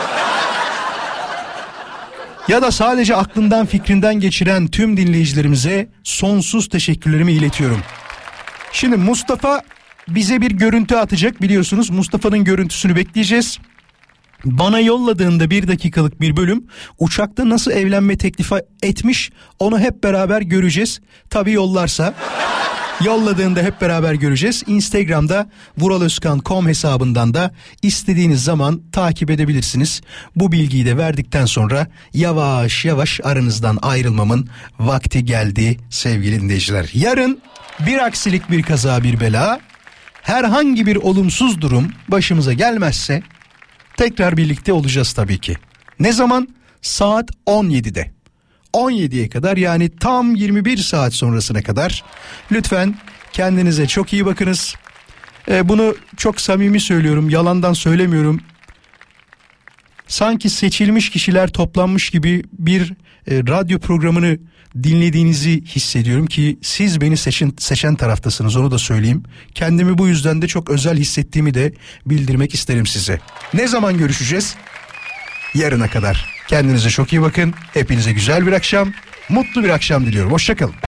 Ya da sadece aklından fikrinden geçiren tüm dinleyicilerimize sonsuz teşekkürlerimi iletiyorum. Şimdi Mustafa bize bir görüntü atacak, biliyorsunuz. Mustafa'nın görüntüsünü bekleyeceğiz. Bana yolladığında bir dakikalık bir bölüm, uçakta nasıl evlenme teklifi etmiş onu hep beraber göreceğiz. Tabii yollarsa. Yolladığında hep beraber göreceğiz. Instagram'da vuraloskan nokta com hesabından da istediğiniz zaman takip edebilirsiniz. Bu bilgiyi de verdikten sonra yavaş yavaş aranızdan ayrılmamın vakti geldi sevgili dinleyiciler. Yarın bir aksilik, bir kaza, bir bela, herhangi bir olumsuz durum başımıza gelmezse tekrar birlikte olacağız tabii ki. Ne zaman? Saat on yedide. on yediye kadar, yani tam yirmi bir saat sonrasına kadar lütfen kendinize çok iyi bakınız. Ee, bunu çok samimi söylüyorum, yalandan söylemiyorum. Sanki seçilmiş kişiler toplanmış gibi bir e, radyo programını dinlediğinizi hissediyorum ki siz beni seçin, seçen taraftasınız, onu da söyleyeyim. Kendimi bu yüzden de çok özel hissettiğimi de bildirmek isterim size. Ne zaman görüşeceğiz? Yarına kadar. Kendinize çok iyi bakın. Hepinize güzel bir akşam, mutlu bir akşam diliyorum. Hoşça kalın.